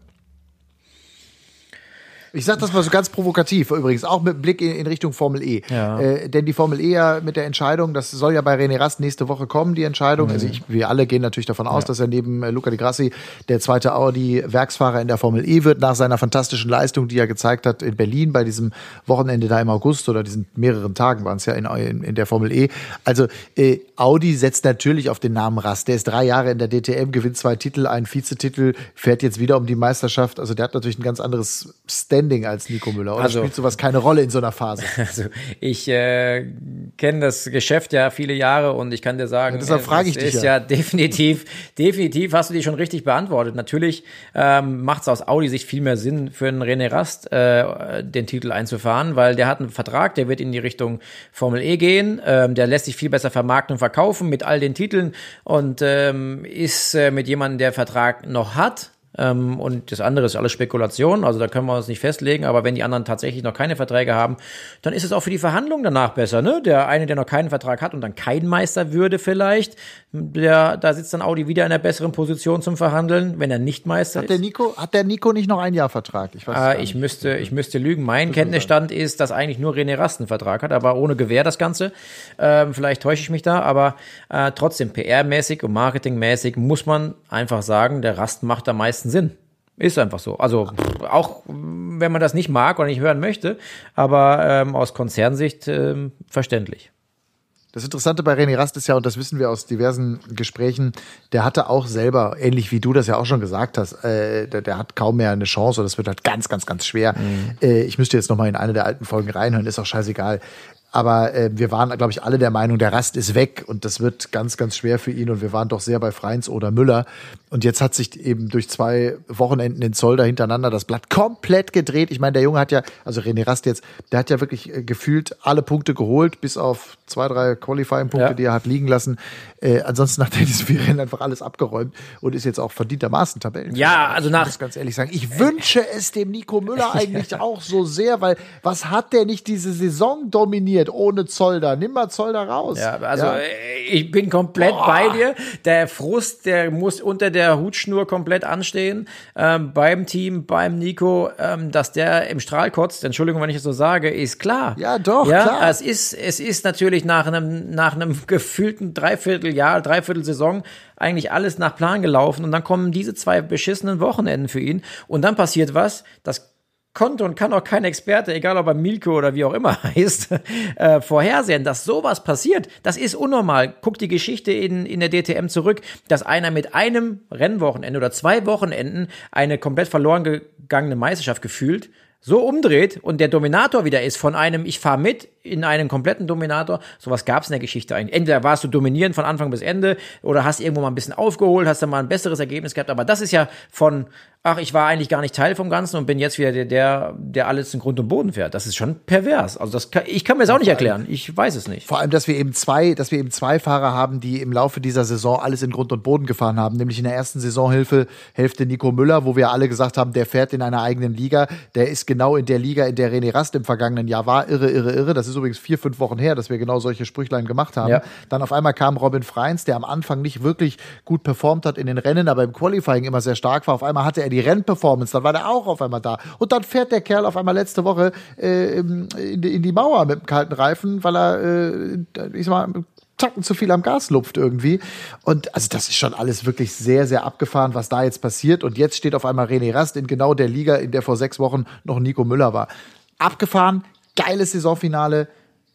Ich sag das mal so ganz provokativ, übrigens, auch mit Blick in, in Richtung Formel E. Ja. Äh, denn die Formel E ja mit der Entscheidung, das soll ja bei René Rast nächste Woche kommen, die Entscheidung. Mhm. Also ich, wir alle gehen natürlich davon aus, ja. dass er neben äh, Luca Di Grassi der zweite Audi-Werksfahrer in der Formel E wird, nach seiner fantastischen Leistung, die er gezeigt hat in Berlin bei diesem Wochenende da im August oder diesen mehreren Tagen waren es ja in, in, in der Formel E. Also äh, Audi setzt natürlich auf den Namen Rast. Der ist drei Jahre in der D T M, gewinnt zwei Titel, einen Vizetitel, fährt jetzt wieder um die Meisterschaft. Also der hat natürlich ein ganz anderes Stand als Nico Müller, oder also, spielt sowas keine Rolle in so einer Phase? Also ich äh, kenne das Geschäft ja viele Jahre und ich kann dir sagen, ja, deshalb frage ich es dich ist ja. ja definitiv, definitiv hast du die schon richtig beantwortet. Natürlich ähm, macht es aus Audi-Sicht viel mehr Sinn für einen René Rast äh, den Titel einzufahren, weil der hat einen Vertrag, der wird in die Richtung Formel E gehen, ähm, der lässt sich viel besser vermarkten und verkaufen mit all den Titeln und ähm, ist äh, mit jemandem, der Vertrag noch hat. Ähm, und das andere ist alles Spekulation, also da können wir uns nicht festlegen, aber wenn die anderen tatsächlich noch keine Verträge haben, dann ist es auch für die Verhandlungen danach besser, ne? Der eine, der noch keinen Vertrag hat und dann kein Meister würde vielleicht, der, da sitzt dann Audi wieder in einer besseren Position zum Verhandeln, wenn er nicht Meister hat der Nico, ist. Hat der Nico nicht noch ein Jahr Vertrag? Ich weiß äh, ich müsste, ich müsste lügen. Mein Kenntnisstand ist, dass eigentlich nur René Rast einen Vertrag hat, aber ohne Gewähr das Ganze. Ähm, vielleicht täusche ich mich da, aber äh, trotzdem P R-mäßig und marketingmäßig muss man einfach sagen, der Rast macht am meisten Sinn. Ist einfach so. Also auch wenn man das nicht mag oder nicht hören möchte, aber ähm, aus Konzernsicht ähm, verständlich. Das Interessante bei René Rast ist ja, und das wissen wir aus diversen Gesprächen, der hatte auch selber, ähnlich wie du das ja auch schon gesagt hast, äh, der, der hat kaum mehr eine Chance oder es wird halt ganz, ganz, ganz schwer. Mhm. Äh, ich müsste jetzt nochmal in eine der alten Folgen reinhören, ist auch scheißegal. Aber äh, wir waren, glaube ich, alle der Meinung, der Rast ist weg und das wird ganz, ganz schwer für ihn. Und wir waren doch sehr bei Freins oder Müller. Und jetzt hat sich eben durch zwei Wochenenden in Zolder hintereinander das Blatt komplett gedreht. Ich meine, der Junge hat ja, also René Rast jetzt, der hat ja wirklich äh, gefühlt alle Punkte geholt, bis auf zwei, drei Qualifying-Punkte, ja. die er hat liegen lassen. Äh, ansonsten hat er diese vier Rennen einfach alles abgeräumt und ist jetzt auch verdientermaßen Tabellen. Ja, also nach... Ich muss ganz ehrlich sagen, ich wünsche es dem Nico Müller eigentlich auch so sehr, weil was hat der nicht diese Saison dominiert? Ohne Zolder. Nimm mal Zolder raus. Ja, also ja. ich bin komplett Boah. bei dir. Der Frust, der muss unter der Hutschnur komplett anstehen. Ähm, beim Team, beim Nico, ähm, dass der im Strahl kotzt, Entschuldigung, wenn ich es so sage, ist klar. Ja, doch, ja, klar. Es ist, es ist natürlich nach einem, nach einem gefühlten Dreivierteljahr, Dreiviertelsaison eigentlich alles nach Plan gelaufen und dann kommen diese zwei beschissenen Wochenenden für ihn und dann passiert was, das konnte und kann auch kein Experte, egal ob er Milko oder wie auch immer heißt, äh, vorhersehen, dass sowas passiert. Das ist unnormal. Guck die Geschichte in, in der D T M zurück, dass einer mit einem Rennwochenende oder zwei Wochenenden eine komplett verloren gegangene Meisterschaft gefühlt so umdreht und der Dominator wieder ist von einem, ich fahre mit, in einen kompletten Dominator. Sowas gab es in der Geschichte eigentlich. Entweder warst du dominierend von Anfang bis Ende oder hast irgendwo mal ein bisschen aufgeholt, hast dann mal ein besseres Ergebnis gehabt. Aber das ist ja von, ach, ich war eigentlich gar nicht Teil vom Ganzen und bin jetzt wieder der, der, der alles in Grund und Boden fährt. Das ist schon pervers. Also das kann, ich kann mir das auch nicht erklären. Ich weiß es nicht. Vor allem, dass wir eben zwei, dass wir eben zwei Fahrer haben, die im Laufe dieser Saison alles in Grund und Boden gefahren haben. Nämlich in der ersten Saisonhälfte Hälfte Nico Müller, wo wir alle gesagt haben, der fährt in einer eigenen Liga. Der ist genau in der Liga, in der René Rast im vergangenen Jahr war. Irre, irre, irre. Das ist übrigens vier, fünf Wochen her, dass wir genau solche Sprüchlein gemacht haben. Ja. Dann auf einmal kam Robin Freins, der am Anfang nicht wirklich gut performt hat in den Rennen, aber im Qualifying immer sehr stark war. Auf einmal hatte er die Rennperformance, dann war der auch auf einmal da. Und dann fährt der Kerl auf einmal letzte Woche äh, in, die, in die Mauer mit dem kalten Reifen, weil er, äh, ich sag mal, Tacken zu viel am Gas lupft irgendwie. Und also das ist schon alles wirklich sehr, sehr abgefahren, was da jetzt passiert. Und jetzt steht auf einmal René Rast in genau der Liga, in der vor sechs Wochen noch Nico Müller war. Abgefahren, geiles Saisonfinale.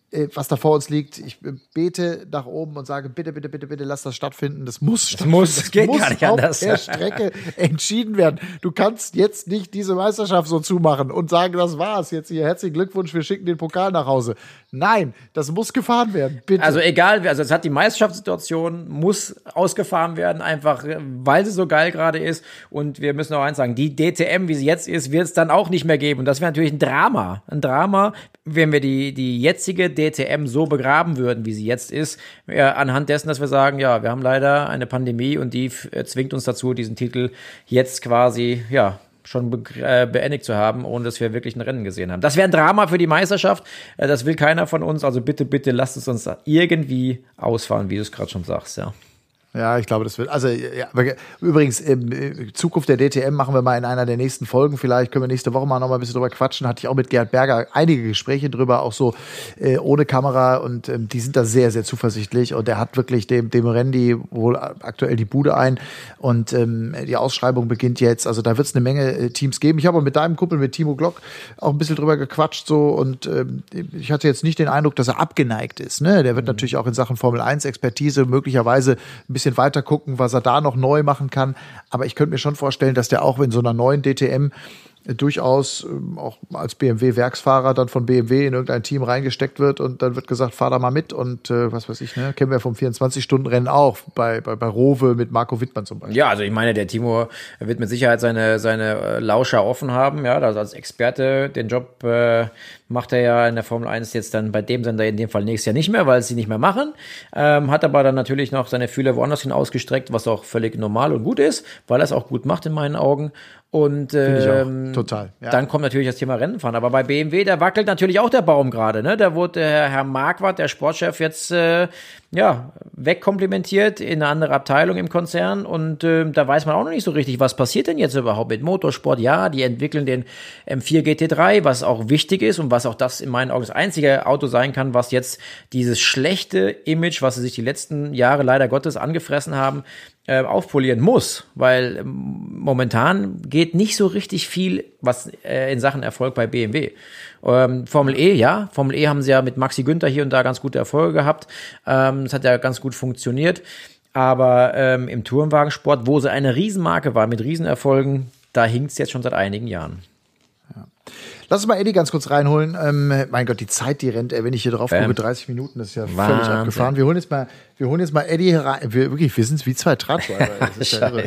was da vor uns liegt. Ich bete nach oben und sage, bitte, bitte, bitte, bitte, lass das stattfinden. Das muss das stattfinden. Muss, das geht muss gar nicht auf anders. der Strecke entschieden werden. Du kannst jetzt nicht diese Meisterschaft so zumachen und sagen, das war's jetzt hier. Herzlichen Glückwunsch, wir schicken den Pokal nach Hause. Nein, das muss gefahren werden. Bitte. Also egal, also es hat die Meisterschaftssituation, muss ausgefahren werden, einfach weil sie so geil gerade ist. Und wir müssen auch eins sagen, die D T M, wie sie jetzt ist, wird es dann auch nicht mehr geben. Und das wäre natürlich ein Drama. Ein Drama, wenn wir die, die jetzige D T M so begraben würden, wie sie jetzt ist, äh, anhand dessen, dass wir sagen, ja, wir haben leider eine Pandemie und die f- zwingt uns dazu, diesen Titel jetzt quasi, ja, schon be- äh, beendigt zu haben, ohne dass wir wirklich ein Rennen gesehen haben. Das wäre ein Drama für die Meisterschaft, äh, das will keiner von uns, also bitte, bitte lasst es uns irgendwie ausfahren, wie du es gerade schon sagst, ja. Ja, ich glaube, das wird. Also, ja, übrigens, ähm, Zukunft der D T M machen wir mal in einer der nächsten Folgen. Vielleicht können wir nächste Woche mal noch mal ein bisschen drüber quatschen. Hatte ich auch mit Gerhard Berger einige Gespräche drüber, auch so äh, ohne Kamera. Und ähm, die sind da sehr, sehr zuversichtlich. Und er hat wirklich dem, dem Randy wohl aktuell die Bude ein. Und ähm, die Ausschreibung beginnt jetzt. Also da wird es eine Menge äh, Teams geben. Ich habe mit deinem Kumpel, mit Timo Glock, auch ein bisschen drüber gequatscht. So und ähm, ich hatte jetzt nicht den Eindruck, dass er abgeneigt ist. Ne? Der wird mhm. natürlich auch in Sachen Formel eins Expertise möglicherweise ein bisschen weiter gucken, was er da noch neu machen kann. Aber ich könnte mir schon vorstellen, dass der auch in so einer neuen D T M durchaus ähm, auch als B M W-Werksfahrer dann von B M W in irgendein Team reingesteckt wird und dann wird gesagt, fahr da mal mit und äh, was weiß ich, ne, kennen wir vom vierundzwanzig-Stunden-Rennen auch, bei, bei, bei Rowe mit Marco Wittmann zum Beispiel. Ja, also ich meine, der Timo wird mit Sicherheit seine, seine Lauscher offen haben, ja, also als Experte, den Job äh, macht er ja in der Formel eins jetzt dann bei dem Sender in dem Fall nächstes Jahr nicht mehr, weil sie nicht mehr machen, ähm, hat aber dann natürlich noch seine Fühler woanders hin ausgestreckt, was auch völlig normal und gut ist, weil er es auch gut macht in meinen Augen. Und ähm, total. Ja. Dann kommt natürlich das Thema Rennenfahren. Aber bei B M W, da wackelt natürlich auch der Baum gerade. Ne? Da wurde der Herr Marquardt, der Sportchef, jetzt äh, ja wegkomplimentiert in eine andere Abteilung im Konzern. Und äh, da weiß man auch noch nicht so richtig, was passiert denn jetzt überhaupt mit Motorsport. Ja, die entwickeln den M vier G T drei, was auch wichtig ist und was auch das in meinen Augen das einzige Auto sein kann, was jetzt dieses schlechte Image, was sie sich die letzten Jahre leider Gottes angefressen haben, äh, aufpolieren muss. Weil ähm, momentan geht nicht so richtig viel, was äh, in Sachen Erfolg bei B M W. Ähm, Formel E, ja. Formel E haben sie ja mit Maxi Günther hier und da ganz gute Erfolge gehabt. Ähm, das hat ja ganz gut funktioniert. Aber ähm, im Tourenwagensport, wo sie eine Riesenmarke war mit Riesenerfolgen, da hinkt es jetzt schon seit einigen Jahren. Ja. Lass uns mal Eddie ganz kurz reinholen. Ähm, mein Gott, die Zeit, die rennt, ey, wenn ich hier drauf gucke, dreißig Minuten, das ist ja Wahnsinn. Völlig abgefahren. Wir holen jetzt mal, wir holen jetzt mal Eddie herein. Wir, wirklich, wir sind wie zwei Tratschweiber. Das ist ja irre.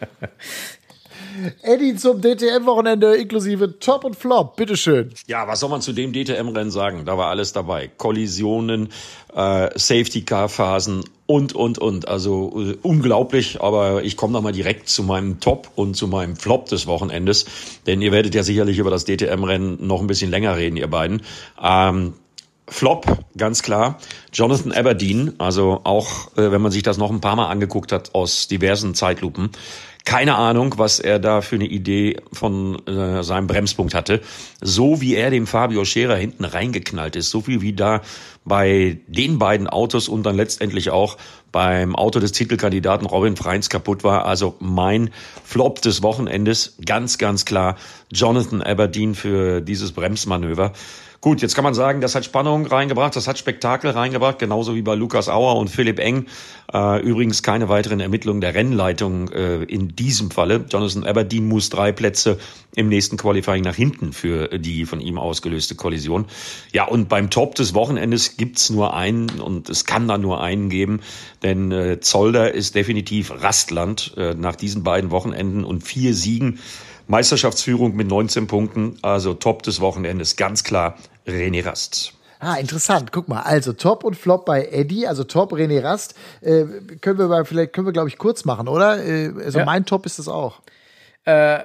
Eddie zum D T M-Wochenende inklusive Top und Flop. Bitteschön. Ja, was soll man zu dem D T M-Rennen sagen? Da war alles dabei. Kollisionen, äh, Safety-Car-Phasen und, und, und. Also äh, unglaublich, aber ich komme nochmal direkt zu meinem Top und zu meinem Flop des Wochenendes. Denn ihr werdet ja sicherlich über das D T M-Rennen noch ein bisschen länger reden, ihr beiden. Ähm, Flop, ganz klar. Jonathan Aberdeen, also auch, äh, wenn man sich das noch ein paar Mal angeguckt hat aus diversen Zeitlupen, keine Ahnung, was er da für eine Idee von äh, seinem Bremspunkt hatte. So wie er dem Fabio Scherer hinten reingeknallt ist, so viel wie da bei den beiden Autos und dann letztendlich auch beim Auto des Titelkandidaten Robin Freins kaputt war. Also mein Flop des Wochenendes, ganz, ganz klar Jonathan Aberdeen für dieses Bremsmanöver. Gut, jetzt kann man sagen, das hat Spannung reingebracht, das hat Spektakel reingebracht, genauso wie bei Lukas Auer und Philipp Eng. Äh, übrigens keine weiteren Ermittlungen der Rennleitung äh, in diesem Falle. Jonathan Aberdeen muss drei Plätze im nächsten Qualifying nach hinten für die von ihm ausgelöste Kollision. Ja, und beim Top des Wochenendes gibt's nur einen und es kann da nur einen geben, denn äh, Zolder ist definitiv Rastland äh, nach diesen beiden Wochenenden und vier Siegen. Meisterschaftsführung mit neunzehn Punkten, also Top des Wochenendes, ganz klar René Rast. Ah, interessant. Guck mal, also Top und Flop bei Eddie, also Top René Rast. Äh, können wir mal, vielleicht können wir, glaube ich, kurz machen, oder? Äh, also ja. Mein Top ist das auch. Äh,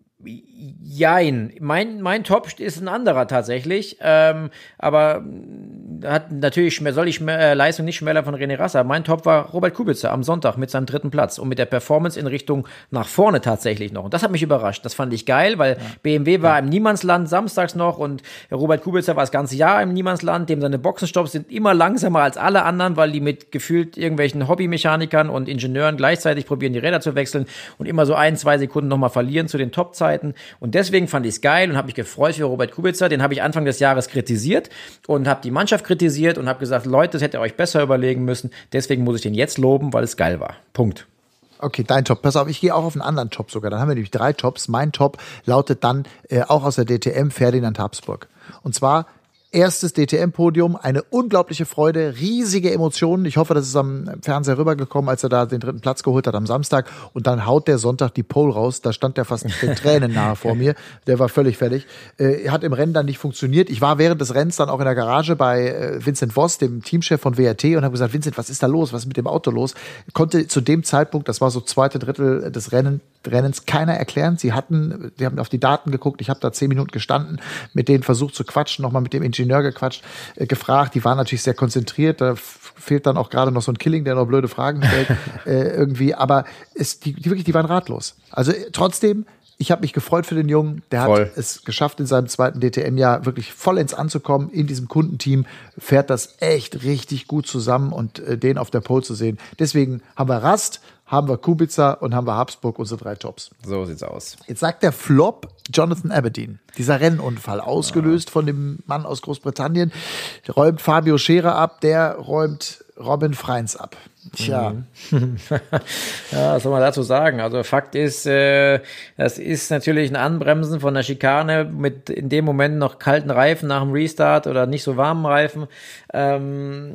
jein. Mein, mein Top ist ein anderer tatsächlich, ähm, aber hat natürlich, soll ich äh, Leistung nicht schmälern von René Rast. Mein Top war Robert Kubica am Sonntag mit seinem dritten Platz und mit der Performance in Richtung nach vorne tatsächlich noch. Und das hat mich überrascht. Das fand ich geil, weil ja. B M W war ja. im Niemandsland samstags noch und Robert Kubica war das ganze Jahr im Niemandsland. Dem seine Boxenstopps sind immer langsamer als alle anderen, weil die mit gefühlt irgendwelchen Hobbymechanikern und Ingenieuren gleichzeitig probieren, die Räder zu wechseln und immer so ein, zwei Sekunden nochmal verlieren zu den Topzeiten. Und deswegen fand ich es geil und habe mich gefreut für Robert Kubica. Den habe ich Anfang des Jahres kritisiert und habe die Mannschaft kritisiert und habe gesagt, Leute, das hättet ihr euch besser überlegen müssen. Deswegen muss ich den jetzt loben, weil es geil war. Punkt. Okay, dein Top. Pass auf, ich gehe auch auf einen anderen Top sogar. Dann haben wir nämlich drei Tops. Mein Top lautet dann äh, auch aus der D T M Ferdinand Habsburg. Und zwar erstes D T M-Podium, eine unglaubliche Freude, riesige Emotionen. Ich hoffe, das ist am Fernseher rübergekommen, als er da den dritten Platz geholt hat am Samstag. Und dann haut der Sonntag die Pole raus. Da stand der fast mit Tränen nahe vor mir. Der war völlig fertig. Äh, hat im Rennen dann nicht funktioniert. Ich war während des Rennens dann auch in der Garage bei äh, Vincent Voss, dem Teamchef von W R T, und habe gesagt, Vincent, was ist da los? Was ist mit dem Auto los? Konnte zu dem Zeitpunkt, das war so zweite Drittel des Rennen, Rennens, keiner erklären. Sie hatten, die haben auf die Daten geguckt. Ich habe da zehn Minuten gestanden, mit denen versucht zu quatschen, nochmal mit dem Ingenieur gequatscht, äh, gefragt. Die waren natürlich sehr konzentriert. Da f- fehlt dann auch gerade noch so ein Killing, der noch blöde Fragen stellt äh, irgendwie. Aber es, die, die wirklich, die waren ratlos. Also äh, trotzdem, ich habe mich gefreut für den Jungen. Der Voll. hat es geschafft, in seinem zweiten D T M-Jahr wirklich vollends anzukommen. In diesem Kundenteam fährt das echt richtig gut zusammen und äh, den auf der Pole zu sehen. Deswegen haben wir Rast, haben wir Kubica und haben wir Habsburg, unsere drei Tops. So sieht's aus. Jetzt sagt der Flop Jonathan Aberdeen. Dieser Rennunfall, ausgelöst von dem Mann aus Großbritannien, räumt Fabio Scherer ab, der räumt Robin Freins ab. Tja. Ja, was soll man dazu sagen? Also Fakt ist, äh, das ist natürlich ein Anbremsen von der Schikane mit in dem Moment noch kalten Reifen nach dem Restart oder nicht so warmen Reifen. Ähm,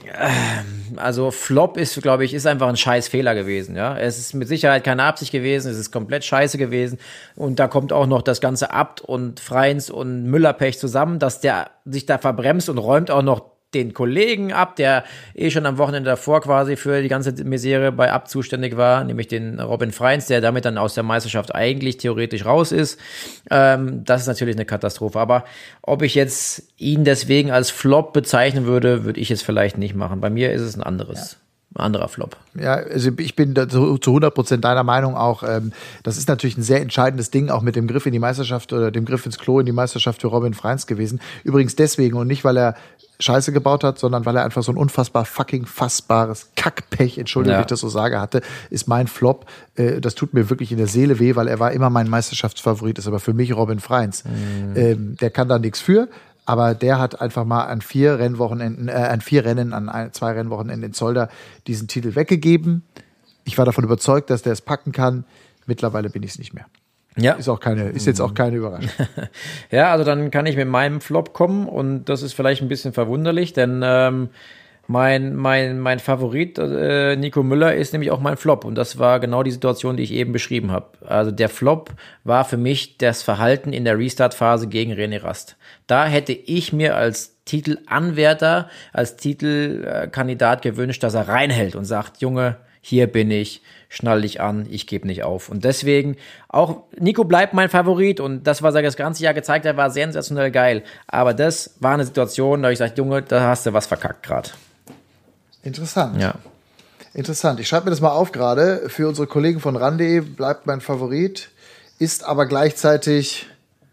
äh, also Flop ist, glaube ich, ist einfach ein scheiß Fehler gewesen. Ja, es ist mit Sicherheit keine Absicht gewesen, es ist komplett scheiße gewesen. Und da kommt auch noch das ganze Abt und Freins und Müller-Pech zusammen, dass der sich da verbremst und räumt auch noch den Kollegen ab, der eh schon am Wochenende davor quasi für die ganze Misere bei Abt zuständig war, nämlich den Robin Freins, der damit dann aus der Meisterschaft eigentlich theoretisch raus ist. Ähm, das ist natürlich eine Katastrophe. Aber ob ich jetzt ihn deswegen als Flop bezeichnen würde, würde ich es vielleicht nicht machen. Bei mir ist es ein anderes. Ja. Ein anderer Flop. Ja, also ich bin da zu, zu hundert Prozent deiner Meinung auch. Ähm, das ist natürlich ein sehr entscheidendes Ding, auch mit dem Griff in die Meisterschaft oder dem Griff ins Klo in die Meisterschaft für Robin Freins gewesen. Übrigens deswegen und nicht, weil er Scheiße gebaut hat, sondern weil er einfach so ein unfassbar fucking fassbares Kackpech, Entschuldigung, ja. wenn ich das so sage, hatte, ist mein Flop. Äh, das tut mir wirklich in der Seele weh, weil er war immer mein Meisterschaftsfavorit, ist aber für mich Robin Freins. Mhm. Ähm, der kann da nichts für. Aber der hat einfach mal an vier Rennwochenenden, äh, an vier Rennen, an ein, zwei Rennwochenenden in Zolder diesen Titel weggegeben. Ich war davon überzeugt, dass der es packen kann. Mittlerweile bin ich es nicht mehr. Ja. Ist auch keine, ist jetzt auch keine Überraschung. Ja, also dann kann ich mit meinem Flop kommen und das ist vielleicht ein bisschen verwunderlich, denn ähm, Mein, mein, mein Favorit, äh, Nico Müller, ist nämlich auch mein Flop. Und das war genau die Situation, die ich eben beschrieben habe. Also der Flop war für mich das Verhalten in der Restart-Phase gegen René Rast. Da hätte ich mir als Titelanwärter, als Titelkandidat gewünscht, dass er reinhält und sagt, Junge, hier bin ich, schnall dich an, ich gebe nicht auf. Und deswegen, auch Nico bleibt mein Favorit und das, was er das ganze Jahr gezeigt hat, war sensationell geil. Aber das war eine Situation, da habe ich gesagt, Junge, da hast du was verkackt gerade. Interessant. Ja. Interessant. Ich schreibe mir das mal auf gerade. Für unsere Kollegen von RAN.de bleibt mein Favorit, ist aber gleichzeitig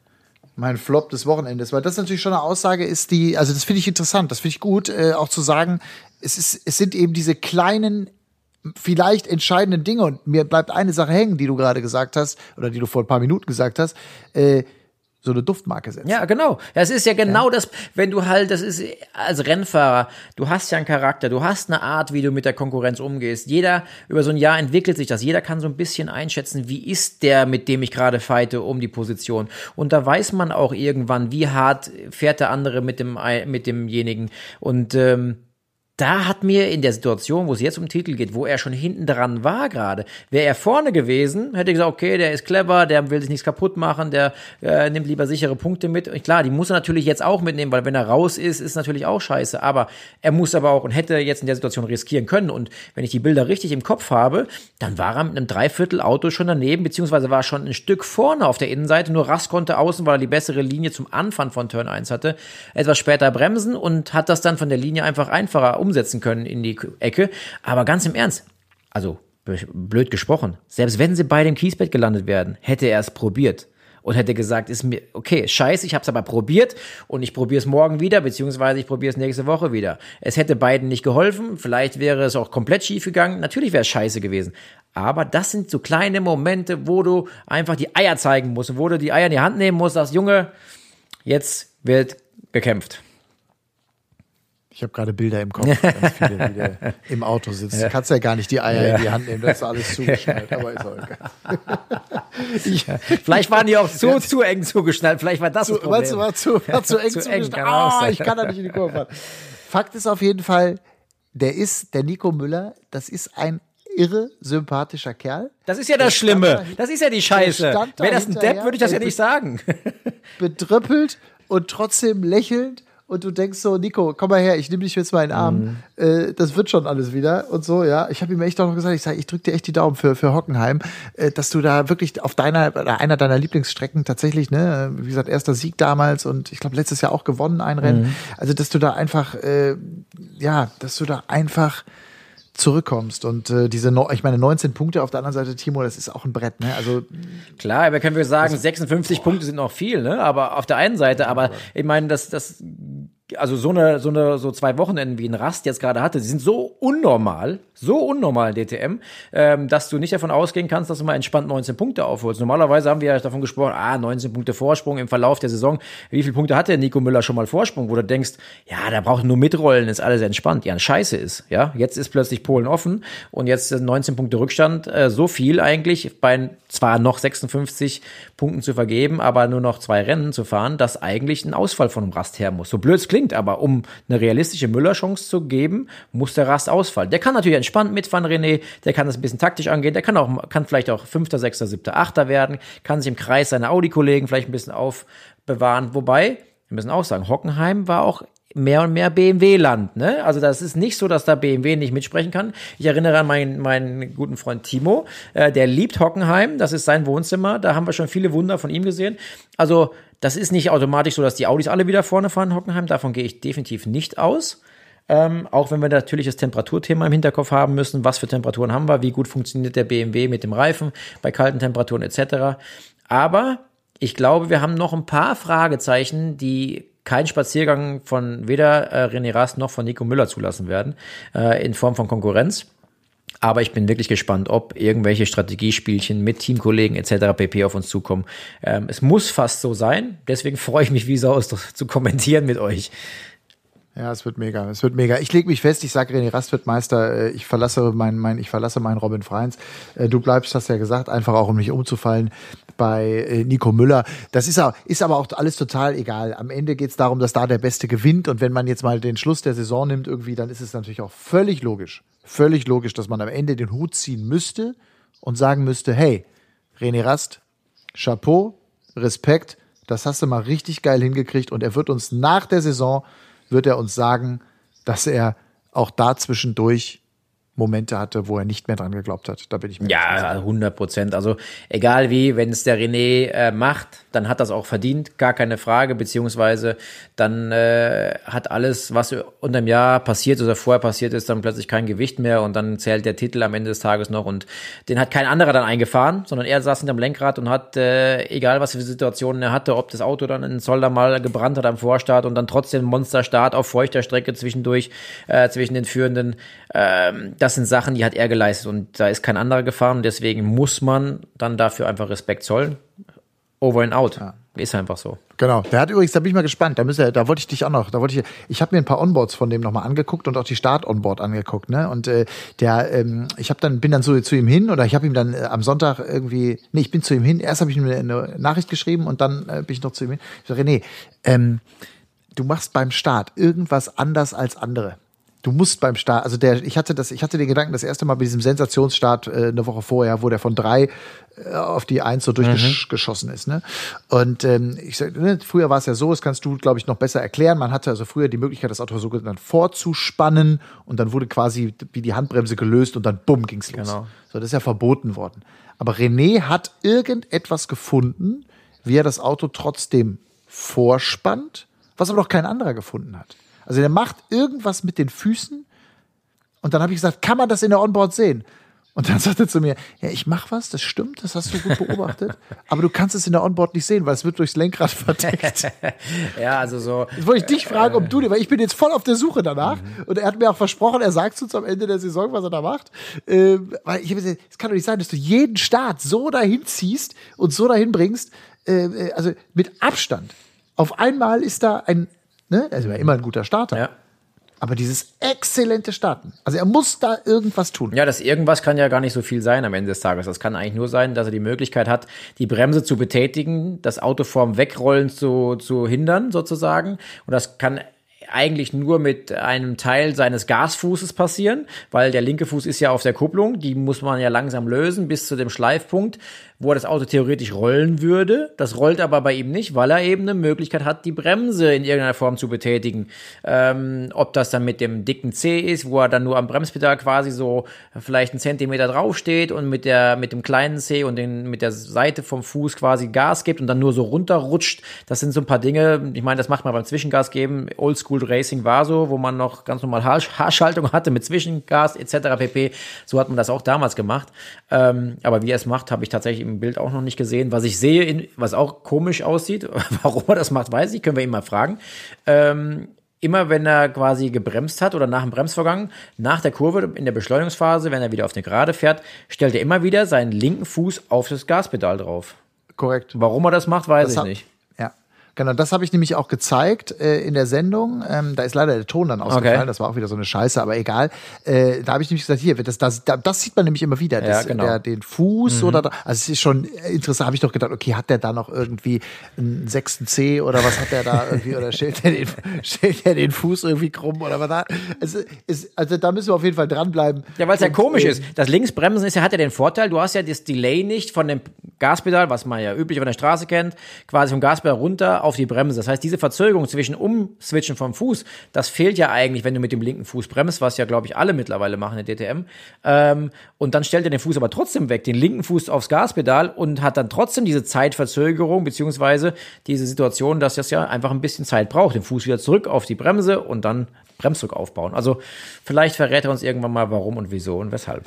mein Flop des Wochenendes. Weil das natürlich schon eine Aussage ist, die, also das finde ich interessant, das finde ich gut, äh, auch zu sagen, es ist, es sind eben diese kleinen, vielleicht entscheidenden Dinge. Und mir bleibt eine Sache hängen, die du gerade gesagt hast, oder die du vor ein paar Minuten gesagt hast, äh, so eine Duftmarke setzen. Ja, genau. Das ist ja genau ja. das, wenn du halt, das ist als Rennfahrer, du hast ja einen Charakter, du hast eine Art, wie du mit der Konkurrenz umgehst. Jeder, über so ein Jahr entwickelt sich das. Jeder kann so ein bisschen einschätzen, wie ist der, mit dem ich gerade fighte, um die Position. Und da weiß man auch irgendwann, wie hart fährt der andere mit dem, mit demjenigen. Und, ähm, da hat mir in der Situation, wo es jetzt um den Titel geht, wo er schon hinten dran war gerade, wäre er vorne gewesen, hätte ich gesagt, okay, der ist clever, der will sich nichts kaputt machen, der äh, nimmt lieber sichere Punkte mit. Und klar, die muss er natürlich jetzt auch mitnehmen, weil wenn er raus ist, ist natürlich auch scheiße. Aber er muss aber auch und hätte jetzt in der Situation riskieren können. Und wenn ich die Bilder richtig im Kopf habe, dann war er mit einem Dreiviertel-Auto schon daneben, beziehungsweise war schon ein Stück vorne auf der Innenseite. Nur Rast konnte außen, weil er die bessere Linie zum Anfang von Turn eins hatte, etwas später bremsen und hat das dann von der Linie einfach einfacher umsetzen können in die Ecke. Aber ganz im Ernst, also blöd gesprochen, selbst wenn sie bei dem Kiesbett gelandet werden, hätte er es probiert und hätte gesagt, ist mir okay, scheiße, ich habe es aber probiert und ich probiere es morgen wieder, beziehungsweise ich probiere es nächste Woche wieder. Es hätte beiden nicht geholfen, vielleicht wäre es auch komplett schief gegangen, natürlich wäre es scheiße gewesen. Aber das sind so kleine Momente, wo du einfach die Eier zeigen musst, wo du die Eier in die Hand nehmen musst, sagst, Junge, jetzt wird gekämpft. Ich habe gerade Bilder im Kopf, ganz viele, die da im Auto sitzen. Du kannst ja gar nicht die Eier ja. in die Hand nehmen, das ist alles zugeschnallt, aber ist auch egal. Ich, vielleicht waren die auch zu, ja. zu eng zugeschnallt, vielleicht war das zu, das Problem. Weißt du, war zu, war zu eng zu zugeschnallt. Eng, ah, ich kann da nicht in die Kurve fahren. Fakt ist auf jeden Fall, der ist, der Nico Müller, das ist ein irre sympathischer Kerl. Das ist ja das Schlimme, das ist ja die Scheiße. Wäre das ein Depp, würde ich das ja nicht sagen. Bedröppelt und trotzdem lächelnd. Und du denkst so, Nico, komm mal her, ich nehme dich jetzt mal in den Arm. Mhm. Äh, das wird schon alles wieder. Und so, ja. Ich habe ihm echt auch noch gesagt, ich sage, ich drücke dir echt die Daumen für, für Hockenheim, äh, dass du da wirklich auf deiner, einer deiner Lieblingsstrecken tatsächlich, ne, wie gesagt, erster Sieg damals und ich glaube, letztes Jahr auch gewonnen, ein Rennen. Mhm. Also, dass du da einfach, äh, ja, dass du da einfach zurückkommst und äh, diese, no- ich meine, neunzehn Punkte auf der anderen Seite, Timo, das ist auch ein Brett, ne? Also klar, aber können wir sagen, sechsundfünfzig boah. Punkte sind noch viel, ne? Aber auf der einen Seite, aber ich meine, das, das, also so eine, so eine, so zwei Wochenenden wie ein Rast jetzt gerade hatte, die sind so unnormal, so unnormal in D T M, ähm, dass du nicht davon ausgehen kannst, dass du mal entspannt neunzehn Punkte aufholst. Normalerweise haben wir ja davon gesprochen, ah, neunzehn Punkte Vorsprung im Verlauf der Saison. Wie viele Punkte hat der Nico Müller schon mal Vorsprung, wo du denkst, ja, da braucht nur mitrollen, ist alles entspannt. Ja, scheiße ist, ja. Jetzt ist plötzlich Polen offen und jetzt neunzehn Punkte Rückstand, äh, so viel eigentlich, bei zwar noch sechsundfünfzig Punkten zu vergeben, aber nur noch zwei Rennen zu fahren, dass eigentlich ein Ausfall von einem Rast her muss. So blöd es klingt, aber um eine realistische Müller-Chance zu geben, muss der Rast ausfallen. Der kann natürlich entspannt mitfahren, René, der kann das ein bisschen taktisch angehen, der kann auch, kann vielleicht auch Fünfter, Sechster, Siebter, Achter werden, kann sich im Kreis seiner Audi-Kollegen vielleicht ein bisschen aufbewahren. Wobei, wir müssen auch sagen, Hockenheim war auch mehr und mehr B M W-Land, ne? Also das ist nicht so, dass da B M W nicht mitsprechen kann. Ich erinnere an meinen, meinen guten Freund Timo, äh, der liebt Hockenheim, das ist sein Wohnzimmer, da haben wir schon viele Wunder von ihm gesehen. Also das ist nicht automatisch so, dass die Audis alle wieder vorne fahren in Hockenheim, davon gehe ich definitiv nicht aus. Ähm, auch wenn wir natürlich das Temperaturthema im Hinterkopf haben müssen, was für Temperaturen haben wir, wie gut funktioniert der B M W mit dem Reifen bei kalten Temperaturen et cetera. Aber ich glaube, wir haben noch ein paar Fragezeichen, die kein Spaziergang von weder äh, René Rast noch von Nico Müller zulassen werden, äh, in Form von Konkurrenz. Aber ich bin wirklich gespannt, ob irgendwelche Strategiespielchen mit Teamkollegen et cetera pp. Auf uns zukommen. Ähm, es muss fast so sein. Deswegen freue ich mich wie Sau zu kommentieren mit euch. Ja, es wird mega, es wird mega. Ich lege mich fest, ich sage René Rast wird Meister, ich verlasse mein, mein, ich verlasse meinen Robin Freins. Du bleibst, hast ja gesagt, einfach auch um mich umzufallen bei Nico Müller. Das ist, auch, ist aber auch alles total egal. Am Ende geht es darum, dass da der Beste gewinnt und wenn man jetzt mal den Schluss der Saison nimmt irgendwie, dann ist es natürlich auch völlig logisch, völlig logisch, dass man am Ende den Hut ziehen müsste und sagen müsste, hey, René Rast, Chapeau, Respekt, das hast du mal richtig geil hingekriegt und er wird uns nach der Saison wird er uns sagen, dass er auch da zwischendurch Momente hatte, wo er nicht mehr dran geglaubt hat. Da bin ich mir ja, hundert Prozent. Also egal wie, wenn es der René äh, macht, dann hat das auch verdient, gar keine Frage, beziehungsweise dann äh, hat alles, was unter dem Jahr passiert oder vorher passiert ist, dann plötzlich kein Gewicht mehr und dann zählt der Titel am Ende des Tages noch und den hat kein anderer dann eingefahren, sondern er saß hinterm Lenkrad und hat, äh, egal was für Situationen er hatte, ob das Auto dann in Zolder mal gebrannt hat am Vorstart und dann trotzdem Monsterstart auf feuchter Strecke zwischendurch, äh, zwischen den Führenden, ähm, das sind Sachen, die hat er geleistet und da ist kein anderer gefahren und deswegen muss man dann dafür einfach Respekt zollen. Over and out. Ja. Ist einfach so. Genau. Der hat übrigens, da bin ich mal gespannt, da müsste, da wollte ich dich auch noch, da wollte ich, ich habe mir ein paar Onboards von dem nochmal angeguckt und auch die Start-Onboard angeguckt, ne? Und äh, der, ähm, ich habe dann, bin dann so zu ihm hin oder ich habe ihm dann äh, am Sonntag irgendwie, nee, ich bin zu ihm hin, erst habe ich ihm eine, eine Nachricht geschrieben und dann äh, bin ich noch zu ihm hin. Ich sage, René, ähm, du machst beim Start irgendwas anders als andere. Du musst beim Start, also der, ich hatte das, ich hatte den Gedanken das erste Mal bei diesem Sensationsstart äh, eine Woche vorher, wo der von drei äh, auf die Eins so durchgeschossen mhm. ist, ne? Und ähm, ich sag, ne, früher war es ja so, das kannst du, glaube ich, noch besser erklären. Man hatte also früher die Möglichkeit, das Auto so genannt vorzuspannen und dann wurde quasi wie die Handbremse gelöst und dann bumm ging's los. Genau. So, das ist ja verboten worden. Aber René hat irgendetwas gefunden, wie er das Auto trotzdem vorspannt, was aber noch kein anderer gefunden hat. Also der macht irgendwas mit den Füßen und dann habe ich gesagt, kann man das in der Onboard sehen? Und dann sagt er zu mir, ja, ich mach was, das stimmt, das hast du gut beobachtet, aber du kannst es in der Onboard nicht sehen, weil es wird durchs Lenkrad verdeckt. Ja, also so. Jetzt wollte ich dich fragen, ob du, weil ich bin jetzt voll auf der Suche danach mhm. und er hat mir auch versprochen, er sagt uns am Ende der Saison, was er da macht. Äh, weil ich habe gesagt, es kann doch nicht sein, dass du jeden Start so dahin ziehst und so dahin bringst, äh, also mit Abstand. Auf einmal ist da ein Ne? Also war immer ein guter Starter. Ja. aber dieses exzellente Starten. Also er muss da irgendwas tun. Ja, das irgendwas kann ja gar nicht so viel sein am Ende des Tages. Das kann eigentlich nur sein, dass er die Möglichkeit hat, die Bremse zu betätigen, das Auto vorm Wegrollen zu, zu hindern sozusagen. Und das kann eigentlich nur mit einem Teil seines Gasfußes passieren, weil der linke Fuß ist ja auf der Kupplung, die muss man ja langsam lösen bis zu dem Schleifpunkt, wo er das Auto theoretisch rollen würde. Das rollt aber bei ihm nicht, weil er eben eine Möglichkeit hat, die Bremse in irgendeiner Form zu betätigen. Ähm, ob das dann mit dem dicken C ist, wo er dann nur am Bremspedal quasi so vielleicht einen Zentimeter draufsteht und mit der mit dem kleinen C und den, mit der Seite vom Fuß quasi Gas gibt und dann nur so runterrutscht. Das sind so ein paar Dinge, ich meine, das macht man beim Zwischengas geben. Oldschool Racing war so, wo man noch ganz normal Haar- Haarschaltung hatte mit Zwischengas et cetera pp. So hat man das auch damals gemacht. Ähm, aber wie er es macht, habe ich tatsächlich im Bild auch noch nicht gesehen. Was ich sehe, in, was auch komisch aussieht, warum er das macht, weiß ich, können wir ihn mal fragen. Ähm, immer wenn er quasi gebremst hat oder nach dem Bremsvorgang, nach der Kurve in der Beschleunigungsphase, wenn er wieder auf eine Gerade fährt, stellt er immer wieder seinen linken Fuß auf das Gaspedal drauf. Korrekt. Warum er das macht, weiß das ich hat, nicht. Ja. Genau, das habe ich nämlich auch gezeigt äh, in der Sendung. Ähm, da ist leider der Ton dann ausgefallen. Okay. Das war auch wieder so eine Scheiße, aber egal. Äh, da habe ich nämlich gesagt, hier, das, das, das sieht man nämlich immer wieder. Das, ja, genau. der, den Fuß mhm. oder, also es ist schon interessant, habe ich doch gedacht, okay, hat der da noch irgendwie einen sechsten C oder was hat der da irgendwie, oder stellt der den, stellt der den Fuß irgendwie krumm oder was da? Es ist, also da müssen wir auf jeden Fall dranbleiben. Ja, weil es ja komisch äh, ist. Das Linksbremsen ist ja, hat ja den Vorteil, du hast ja das Delay nicht von dem Gaspedal, was man ja üblich von der Straße kennt, quasi vom Gaspedal runter auf die Bremse. Das heißt, diese Verzögerung zwischen Umswitchen vom Fuß, das fehlt ja eigentlich, wenn du mit dem linken Fuß bremst, was ja, glaube ich, alle mittlerweile machen in der D T M. Ähm, und dann stellt er den Fuß aber trotzdem weg, den linken Fuß aufs Gaspedal und hat dann trotzdem diese Zeitverzögerung, beziehungsweise diese Situation, dass das ja einfach ein bisschen Zeit braucht, den Fuß wieder zurück auf die Bremse und dann Bremsdruck aufbauen. Also vielleicht verrät er uns irgendwann mal, warum und wieso und weshalb.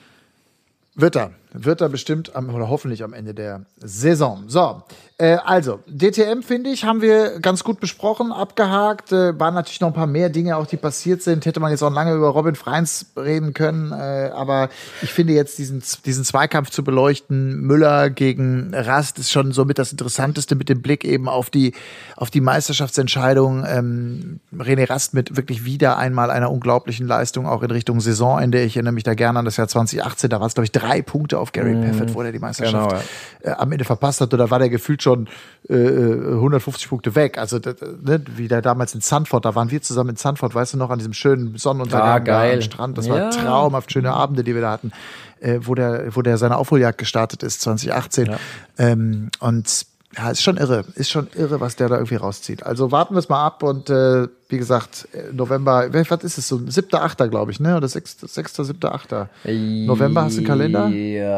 Wird er. Wird er bestimmt am, oder hoffentlich am Ende der Saison. So, äh, also, D T M, finde ich, haben wir ganz gut besprochen, abgehakt. Äh, waren natürlich noch ein paar mehr Dinge auch, die passiert sind. Hätte man jetzt auch lange über Robin Freins reden können. Äh, aber ich finde jetzt diesen, diesen Zweikampf zu beleuchten, Müller gegen Rast, ist schon somit das Interessanteste mit dem Blick eben auf die, auf die Meisterschaftsentscheidung. Ähm, René Rast mit wirklich wieder einmal einer unglaublichen Leistung, auch in Richtung Saisonende. Ich erinnere mich da gerne an das Jahr zwanzig achtzehn. Da war es, glaube ich, drei Punkte auf Gary Paffett, wo er die Meisterschaft genau, ja. äh, am Ende verpasst hat. Oder war der gefühlt schon äh, hundertfünfzig Punkte weg. Also das, ne, wie der damals in Zandvoort, da waren wir zusammen in Zandvoort, weißt du noch, an diesem schönen Sonnenuntergang ah, geil. am Strand. Das ja. war traumhaft schöne Abende, die wir da hatten, äh, wo der, wo der seine Aufholjagd gestartet ist, zwanzig achtzehn. Ja. Ähm, und ja, ist schon irre, ist schon irre, was der da irgendwie rauszieht. Also warten wir es mal ab und äh, wie gesagt, November, was ist es so? siebter achter glaube ich, ne? Oder sechster, siebter achter November, hast du einen Kalender?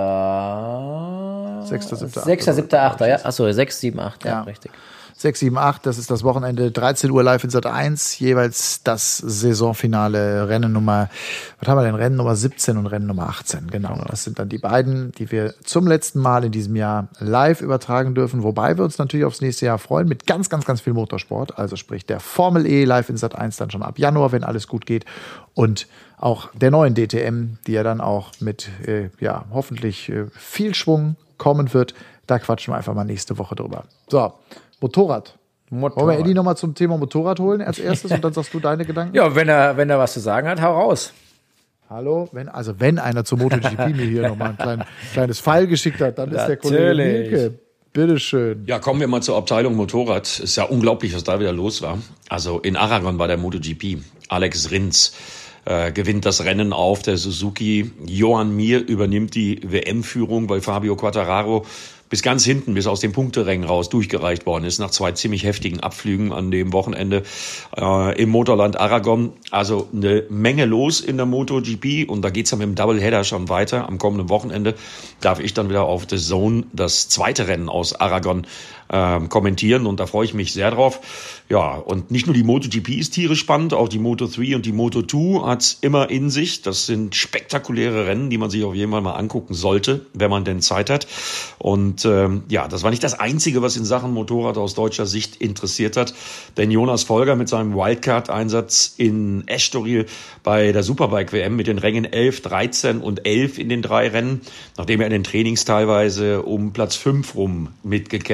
Ja. sechster, siebter sechster, siebter, achter ja. Achso, sechs, sieben, acht, ja, ja, richtig. sechs, sieben, acht, das ist das Wochenende, dreizehn Uhr live in Sat eins, jeweils das Saisonfinale, Rennen Nummer, was haben wir denn, Rennen Nummer siebzehn und Rennen Nummer achtzehn, genau. Das sind dann die beiden, die wir zum letzten Mal in diesem Jahr live übertragen dürfen, wobei wir uns natürlich aufs nächste Jahr freuen mit ganz, ganz, ganz viel Motorsport, also sprich der Formel E live in Sat eins dann schon ab Januar, wenn alles gut geht, und auch der neuen D T M, die ja dann auch mit, äh, ja, hoffentlich äh, viel Schwung kommen wird. Da quatschen wir einfach mal nächste Woche drüber. So, Motorrad. Motorrad. Wollen wir Eddie nochmal zum Thema Motorrad holen als erstes und dann sagst du deine Gedanken? Ja, wenn er, wenn er was zu sagen hat, hau raus. Hallo, wenn, also wenn einer zum MotoGP mir hier nochmal ein klein, kleines Pfeil geschickt hat, dann ist der Kollege Mielke. Bitteschön. Ja, kommen wir mal zur Abteilung Motorrad. Ist ja unglaublich, was da wieder los war. Also in Aragon war der MotoGP. Alex Rins äh, gewinnt das Rennen auf der Suzuki. Johan Mir übernimmt die W M-Führung, weil Fabio Quartararo bis ganz hinten, bis aus dem Punkterängen raus durchgereicht worden ist, nach zwei ziemlich heftigen Abflügen an dem Wochenende äh, im Motorland Aragon. Also eine Menge los in der MotoGP und da geht's dann mit dem Doubleheader schon weiter. Am kommenden Wochenende darf ich dann wieder auf The Zone das zweite Rennen aus Aragon äh, kommentieren und da freue ich mich sehr drauf. Ja, und nicht nur die MotoGP ist tierisch spannend, auch die Moto drei und die Moto zwei hat's immer in sich. Das sind spektakuläre Rennen, die man sich auf jeden Fall mal angucken sollte, wenn man denn Zeit hat. Und ähm, ja, das war nicht das Einzige, was in Sachen Motorrad aus deutscher Sicht interessiert hat. Denn Jonas Folger mit seinem Wildcard-Einsatz in Estoril bei der Superbike-W M mit den Rängen elf, dreizehn und elf in den drei Rennen, nachdem er in den Trainings teilweise um Platz fünf rum mitgekämpft hat,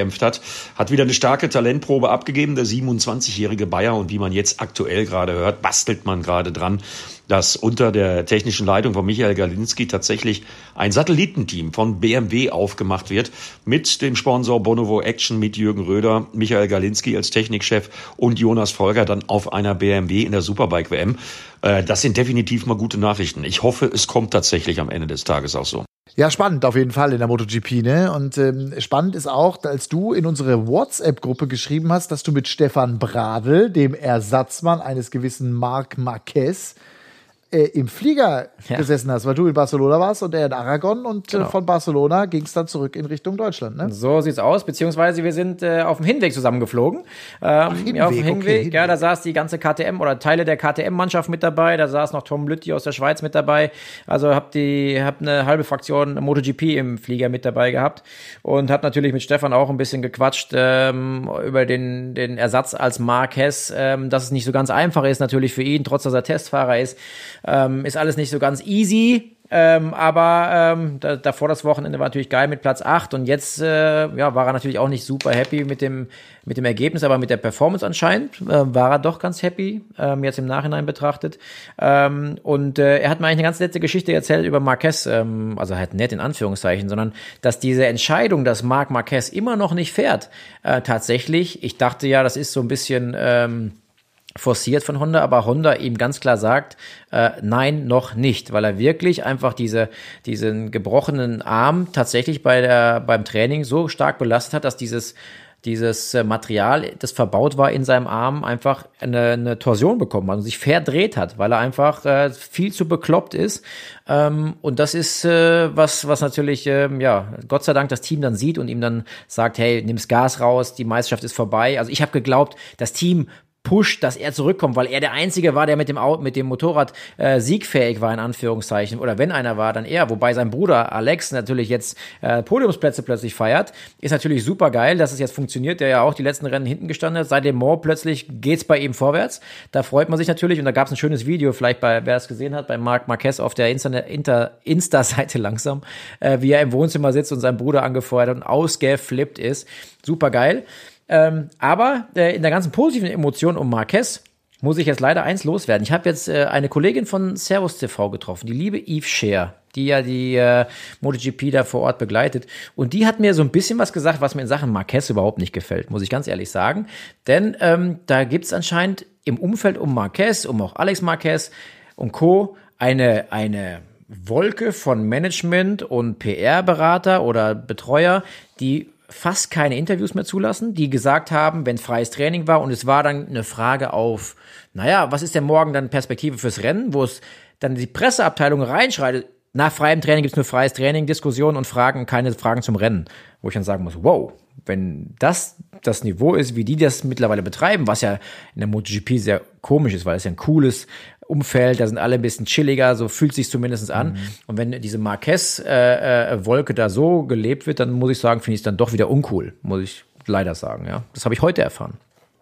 hat wieder eine starke Talentprobe abgegeben, der siebenundzwanzigjährige Bayer. Und wie man jetzt aktuell gerade hört, bastelt man gerade dran, dass unter der technischen Leitung von Michael Galinski tatsächlich ein Satellitenteam von B M W aufgemacht wird mit dem Sponsor Bonovo Action, mit Jürgen Röder, Michael Galinski als Technikchef und Jonas Folger dann auf einer B M W in der Superbike-W M. Das sind definitiv mal gute Nachrichten. Ich hoffe, es kommt tatsächlich am Ende des Tages auch so. Ja, spannend auf jeden Fall in der MotoGP, ne? Und ähm, spannend ist auch, als du in unsere WhatsApp-Gruppe geschrieben hast, dass du mit Stefan Bradl, dem Ersatzmann eines gewissen Marc Marquez, äh, im Flieger ja. gesessen hast, weil du in Barcelona warst und er in Aragon und genau. äh, von Barcelona ging es dann zurück in Richtung Deutschland, ne? So sieht's aus, beziehungsweise wir sind äh, auf dem Hinweg zusammengeflogen. Ähm, Ach, Hinweg, ja, auf dem Hinweg, okay, Hinweg. Ja, da saß die ganze K T M oder Teile der K T M-Mannschaft mit dabei, da saß noch Tom Lütti aus der Schweiz mit dabei, also hab die, hab eine halbe Fraktion MotoGP im Flieger mit dabei gehabt und hab natürlich mit Stefan auch ein bisschen gequatscht ähm, über den, den Ersatz als Marquez, ähm, dass es nicht so ganz einfach ist natürlich für ihn, trotz dass er Testfahrer ist. Ähm, ist alles nicht so ganz easy, ähm, aber ähm, da, davor das Wochenende war natürlich geil mit Platz acht und jetzt äh, ja, war er natürlich auch nicht super happy mit dem, mit dem Ergebnis, aber mit der Performance anscheinend äh, war er doch ganz happy, ähm, jetzt im Nachhinein betrachtet. Ähm, und äh, er hat mir eigentlich eine ganz nette Geschichte erzählt über Marquez, ähm, also halt nett in Anführungszeichen, sondern dass diese Entscheidung, dass Marc Marquez immer noch nicht fährt, äh, tatsächlich, ich dachte ja, das ist so ein bisschen ähm, forciert von Honda, aber Honda ihm ganz klar sagt, äh, nein, noch nicht, weil er wirklich einfach diese, diesen gebrochenen Arm tatsächlich bei der, beim Training so stark belastet hat, dass dieses, dieses Material, das verbaut war in seinem Arm, einfach eine, eine Torsion bekommen hat und sich verdreht hat, weil er einfach äh, viel zu bekloppt ist. Ähm, und das ist äh, was, was natürlich, äh, ja, Gott sei Dank das Team dann sieht und ihm dann sagt, hey, nimm's Gas raus, die Meisterschaft ist vorbei. Also ich habe geglaubt, das Team pusht, dass er zurückkommt, weil er der Einzige war, der mit dem Auto, mit dem Motorrad äh, siegfähig war, in Anführungszeichen. Oder wenn einer war, dann er. Wobei sein Bruder Alex natürlich jetzt äh, Podiumsplätze plötzlich feiert. Ist natürlich super geil, dass es jetzt funktioniert. Der ja auch die letzten Rennen hinten gestanden hat. Seit dem Mans plötzlich geht's bei ihm vorwärts. Da freut man sich natürlich. Und da gab's ein schönes Video, vielleicht bei, wer es gesehen hat, bei Marc Marquez auf der Insta, Inter, Insta-Seite langsam, äh, wie er im Wohnzimmer sitzt und seinen Bruder angefeuert und ausgeflippt ist. Super geil. Ähm, aber äh, in der ganzen positiven Emotion um Marquez muss ich jetzt leider eins loswerden. Ich habe jetzt äh, eine Kollegin von Servus T V getroffen, die liebe Yves Scheer, die ja die äh, MotoGP da vor Ort begleitet. Und die hat mir so ein bisschen was gesagt, was mir in Sachen Marquez überhaupt nicht gefällt, muss ich ganz ehrlich sagen. Denn ähm, da gibt's anscheinend im Umfeld um Marquez, um auch Alex Marquez und Co. eine eine Wolke von Management und P R-Berater oder Betreuer, die fast keine Interviews mehr zulassen, die gesagt haben, wenn freies Training war und es war dann eine Frage auf, naja, was ist denn morgen dann Perspektive fürs Rennen, wo es dann die Presseabteilung reinschreitet, nach freiem Training gibt's nur freies Training, Diskussionen und Fragen, keine Fragen zum Rennen, wo ich dann sagen muss, wow, wenn das das Niveau ist, wie die das mittlerweile betreiben, was ja in der MotoGP sehr komisch ist, weil es ja ein cooles Umfeld, da sind alle ein bisschen chilliger, so fühlt sich zumindest an. Mhm. Und wenn diese Marquez-Wolke äh, da so gelebt wird, dann muss ich sagen, finde ich es dann doch wieder uncool, muss ich leider sagen. Ja, das habe ich heute erfahren.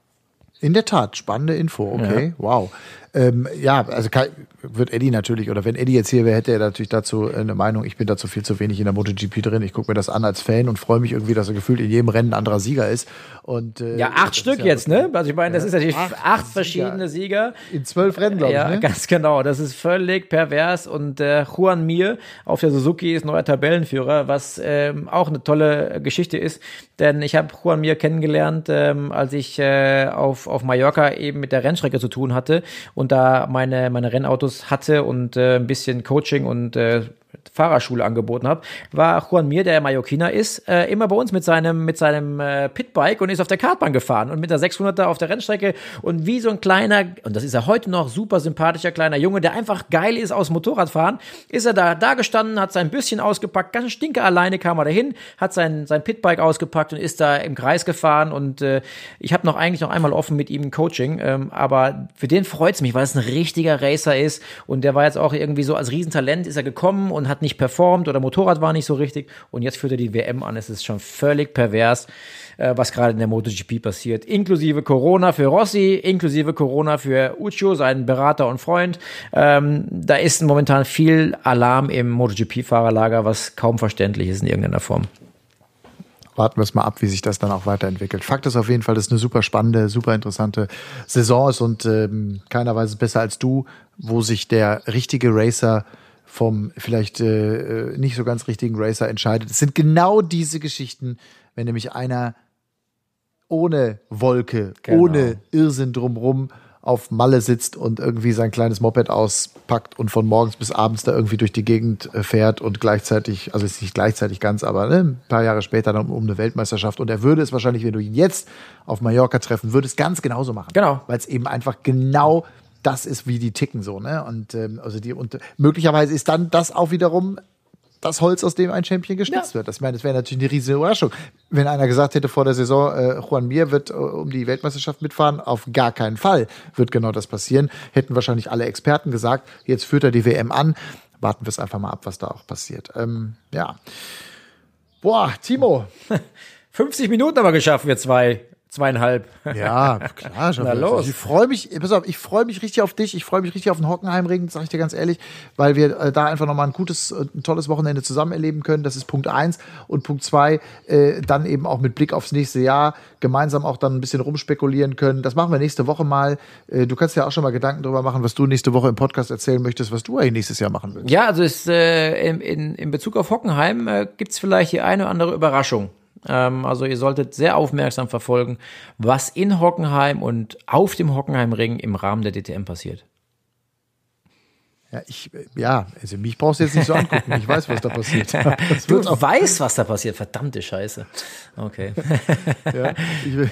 In der Tat, spannende Info, okay, ja. Wow. Ähm, ja, also kann, wird Eddie natürlich, oder wenn Eddie jetzt hier wäre, hätte er natürlich dazu eine Meinung. Ich bin dazu viel zu wenig in der MotoGP drin. Ich gucke mir das an als Fan und freue mich irgendwie, dass er gefühlt in jedem Rennen ein anderer Sieger ist. Und, äh, ja, acht Stück ja jetzt, ne? Also ich meine, das ja, ist natürlich acht, acht verschiedene Sieger. In zwölf Rennen, glaube ich, ja, ne? Ganz genau. Das ist völlig pervers. Und äh, Juan Mir auf der Suzuki ist neuer Tabellenführer, was ähm, auch eine tolle Geschichte ist. Denn ich habe Juan Mir kennengelernt, ähm, als ich äh, auf, auf Mallorca eben mit der Rennstrecke zu tun hatte und da meine meine Rennautos hatte und äh, ein bisschen Coaching und äh, Fahrerschule angeboten habe, war Juan Mir, der Mallorquiner ist, äh, immer bei uns mit seinem mit seinem äh, Pitbike und ist auf der Kartbahn gefahren und mit der sechshunderter auf der Rennstrecke und wie so ein kleiner, und das ist er heute noch, super sympathischer kleiner Junge, der einfach geil ist aus Motorradfahren, ist er da da gestanden, hat sein Büsschen ausgepackt, ganz stinke alleine kam er dahin, hat sein sein Pitbike ausgepackt und ist da im Kreis gefahren und äh, ich habe noch eigentlich noch einmal offen mit ihm ein Coaching, ähm, aber für den freut's mich, weil es ein richtiger Racer ist und der war jetzt auch irgendwie so als Riesentalent ist er gekommen und hat nicht performt oder Motorrad war nicht so richtig und jetzt führt er die W M an. Es ist schon völlig pervers, äh, was gerade in der MotoGP passiert. Inklusive Corona für Rossi, inklusive Corona für Uccio, seinen Berater und Freund. Ähm, da ist momentan viel Alarm im MotoGP-Fahrerlager, was kaum verständlich ist in irgendeiner Form. warten wir es mal ab, wie sich das dann auch weiterentwickelt. Fakt ist auf jeden Fall, dass es eine super spannende, super interessante Saison ist und ähm, keiner weiß es besser als du, wo sich der richtige Racer vom vielleicht äh, nicht so ganz richtigen Racer entscheidet. Es sind genau diese Geschichten, wenn nämlich einer ohne Wolke, genau. ohne Irrsinn drumrum auf Malle sitzt und irgendwie sein kleines Moped auspackt und von morgens bis abends da irgendwie durch die Gegend fährt und gleichzeitig, also ist nicht gleichzeitig ganz, aber ne, ein paar Jahre später dann um eine Weltmeisterschaft. Und er würde es wahrscheinlich, wenn du ihn jetzt auf Mallorca treffen würdest, ganz genauso machen. Genau. Weil es eben einfach genau das ist, wie die ticken so, ne? Und ähm, also die und möglicherweise ist dann das auch wiederum das Holz, aus dem ein Champion geschnitzt ja. wird. Das, ich meine, das wäre natürlich eine riesige Überraschung. Wenn einer gesagt hätte vor der Saison, äh, Juan Mir wird äh, um die Weltmeisterschaft mitfahren, auf gar keinen Fall wird genau das passieren. Hätten wahrscheinlich alle Experten gesagt, jetzt führt er die W M an. Warten wir es einfach mal ab, was da auch passiert. Ähm, ja. Boah, Timo. fünfzig Minuten aber geschafft, wir zwei. Zweieinhalb. Ja, klar. Schon Na los. Ich freue mich, pass auf, ich freue mich richtig auf dich. Ich freue mich richtig auf den Hockenheimring, sage ich dir ganz ehrlich, weil wir äh, da einfach nochmal ein gutes, ein tolles Wochenende zusammen erleben können. Das ist Punkt eins. Und Punkt zwei, äh, dann eben auch mit Blick aufs nächste Jahr gemeinsam auch dann ein bisschen rumspekulieren können. Das machen wir nächste Woche mal. Äh, du kannst ja auch schon mal Gedanken darüber machen, was du nächste Woche im Podcast erzählen möchtest, was du eigentlich nächstes Jahr machen willst. Ja, also ist, äh, in, in, in Bezug auf Hockenheim äh, gibt's vielleicht die eine oder andere Überraschung. Also ihr solltet sehr aufmerksam verfolgen, was in Hockenheim und auf dem Hockenheimring im Rahmen der D T M passiert. Ja, ich, ja, also mich brauchst du jetzt nicht so angucken. Ich weiß, was da passiert. Das du weißt, was da passiert. Verdammte Scheiße. Okay. Ja, ich,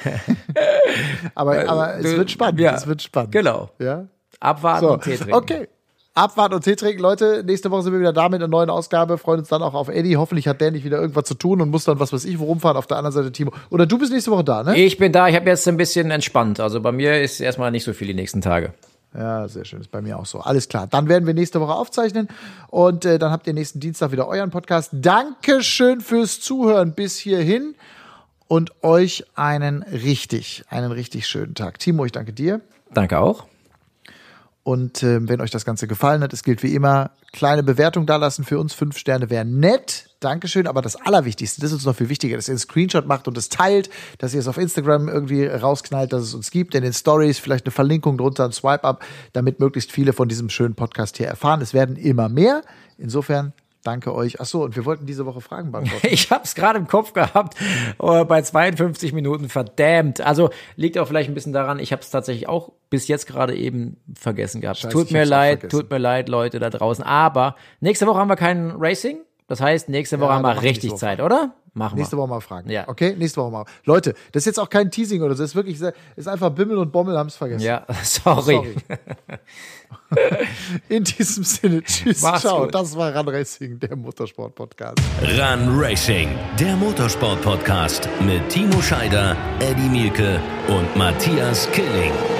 aber aber es wird spannend. Ja, es wird spannend. Genau. Ja? Abwarten So, und Tee trinken. Okay. Abwarten und Tee trinken, Leute. Nächste Woche sind wir wieder da mit einer neuen Ausgabe. Freuen uns dann auch auf Eddie. Hoffentlich hat der nicht wieder irgendwas zu tun und muss dann, was weiß ich, wo rumfahren. Auf der anderen Seite Timo. Oder du bist nächste Woche da, ne? Ich bin da. Ich habe jetzt ein bisschen entspannt. Also bei mir ist erstmal nicht so viel die nächsten Tage. Ja, sehr schön. Ist bei mir auch so. Alles klar. Dann werden wir nächste Woche aufzeichnen und äh, dann habt ihr nächsten Dienstag wieder euren Podcast. Dankeschön fürs Zuhören bis hierhin und euch einen richtig, einen richtig schönen Tag. Timo, ich danke dir. Danke auch. Und äh, wenn euch das Ganze gefallen hat, es gilt wie immer, kleine Bewertung dalassen für uns. Fünf Sterne wären nett. Dankeschön. Aber das Allerwichtigste, das ist uns noch viel wichtiger, dass ihr einen Screenshot macht und es teilt, dass ihr es auf Instagram irgendwie rausknallt, dass es uns gibt. In den Stories vielleicht eine Verlinkung drunter, ein Swipe-Up, damit möglichst viele von diesem schönen Podcast hier erfahren. Es werden immer mehr. Insofern danke euch. Ach so, und wir wollten diese Woche Fragen beantworten. Ich habe es gerade im Kopf gehabt, oh, bei zweiundfünfzig Minuten, verdammt. Also liegt auch vielleicht ein bisschen daran, ich habe es tatsächlich auch bis jetzt gerade eben vergessen gehabt. Scheiße, tut mir leid, tut mir leid, Leute da draußen. Aber nächste Woche haben wir kein Racing. Das heißt, nächste Woche Ja, haben dann wir mach ich richtig so. Zeit, oder? Machen Nächste wir. Woche mal fragen. Ja. Okay, nächste Woche mal. Leute, das ist jetzt auch kein Teasing oder so. Das ist wirklich, ist einfach Bimmel und Bommel haben es vergessen. Ja, sorry. Sorry. In diesem Sinne, tschüss, Mach's ciao. gut. Das war Run Racing, der Motorsport-Podcast. Run Racing, der Motorsport-Podcast mit Timo Scheider, Eddie Mielke und Matthias Killing.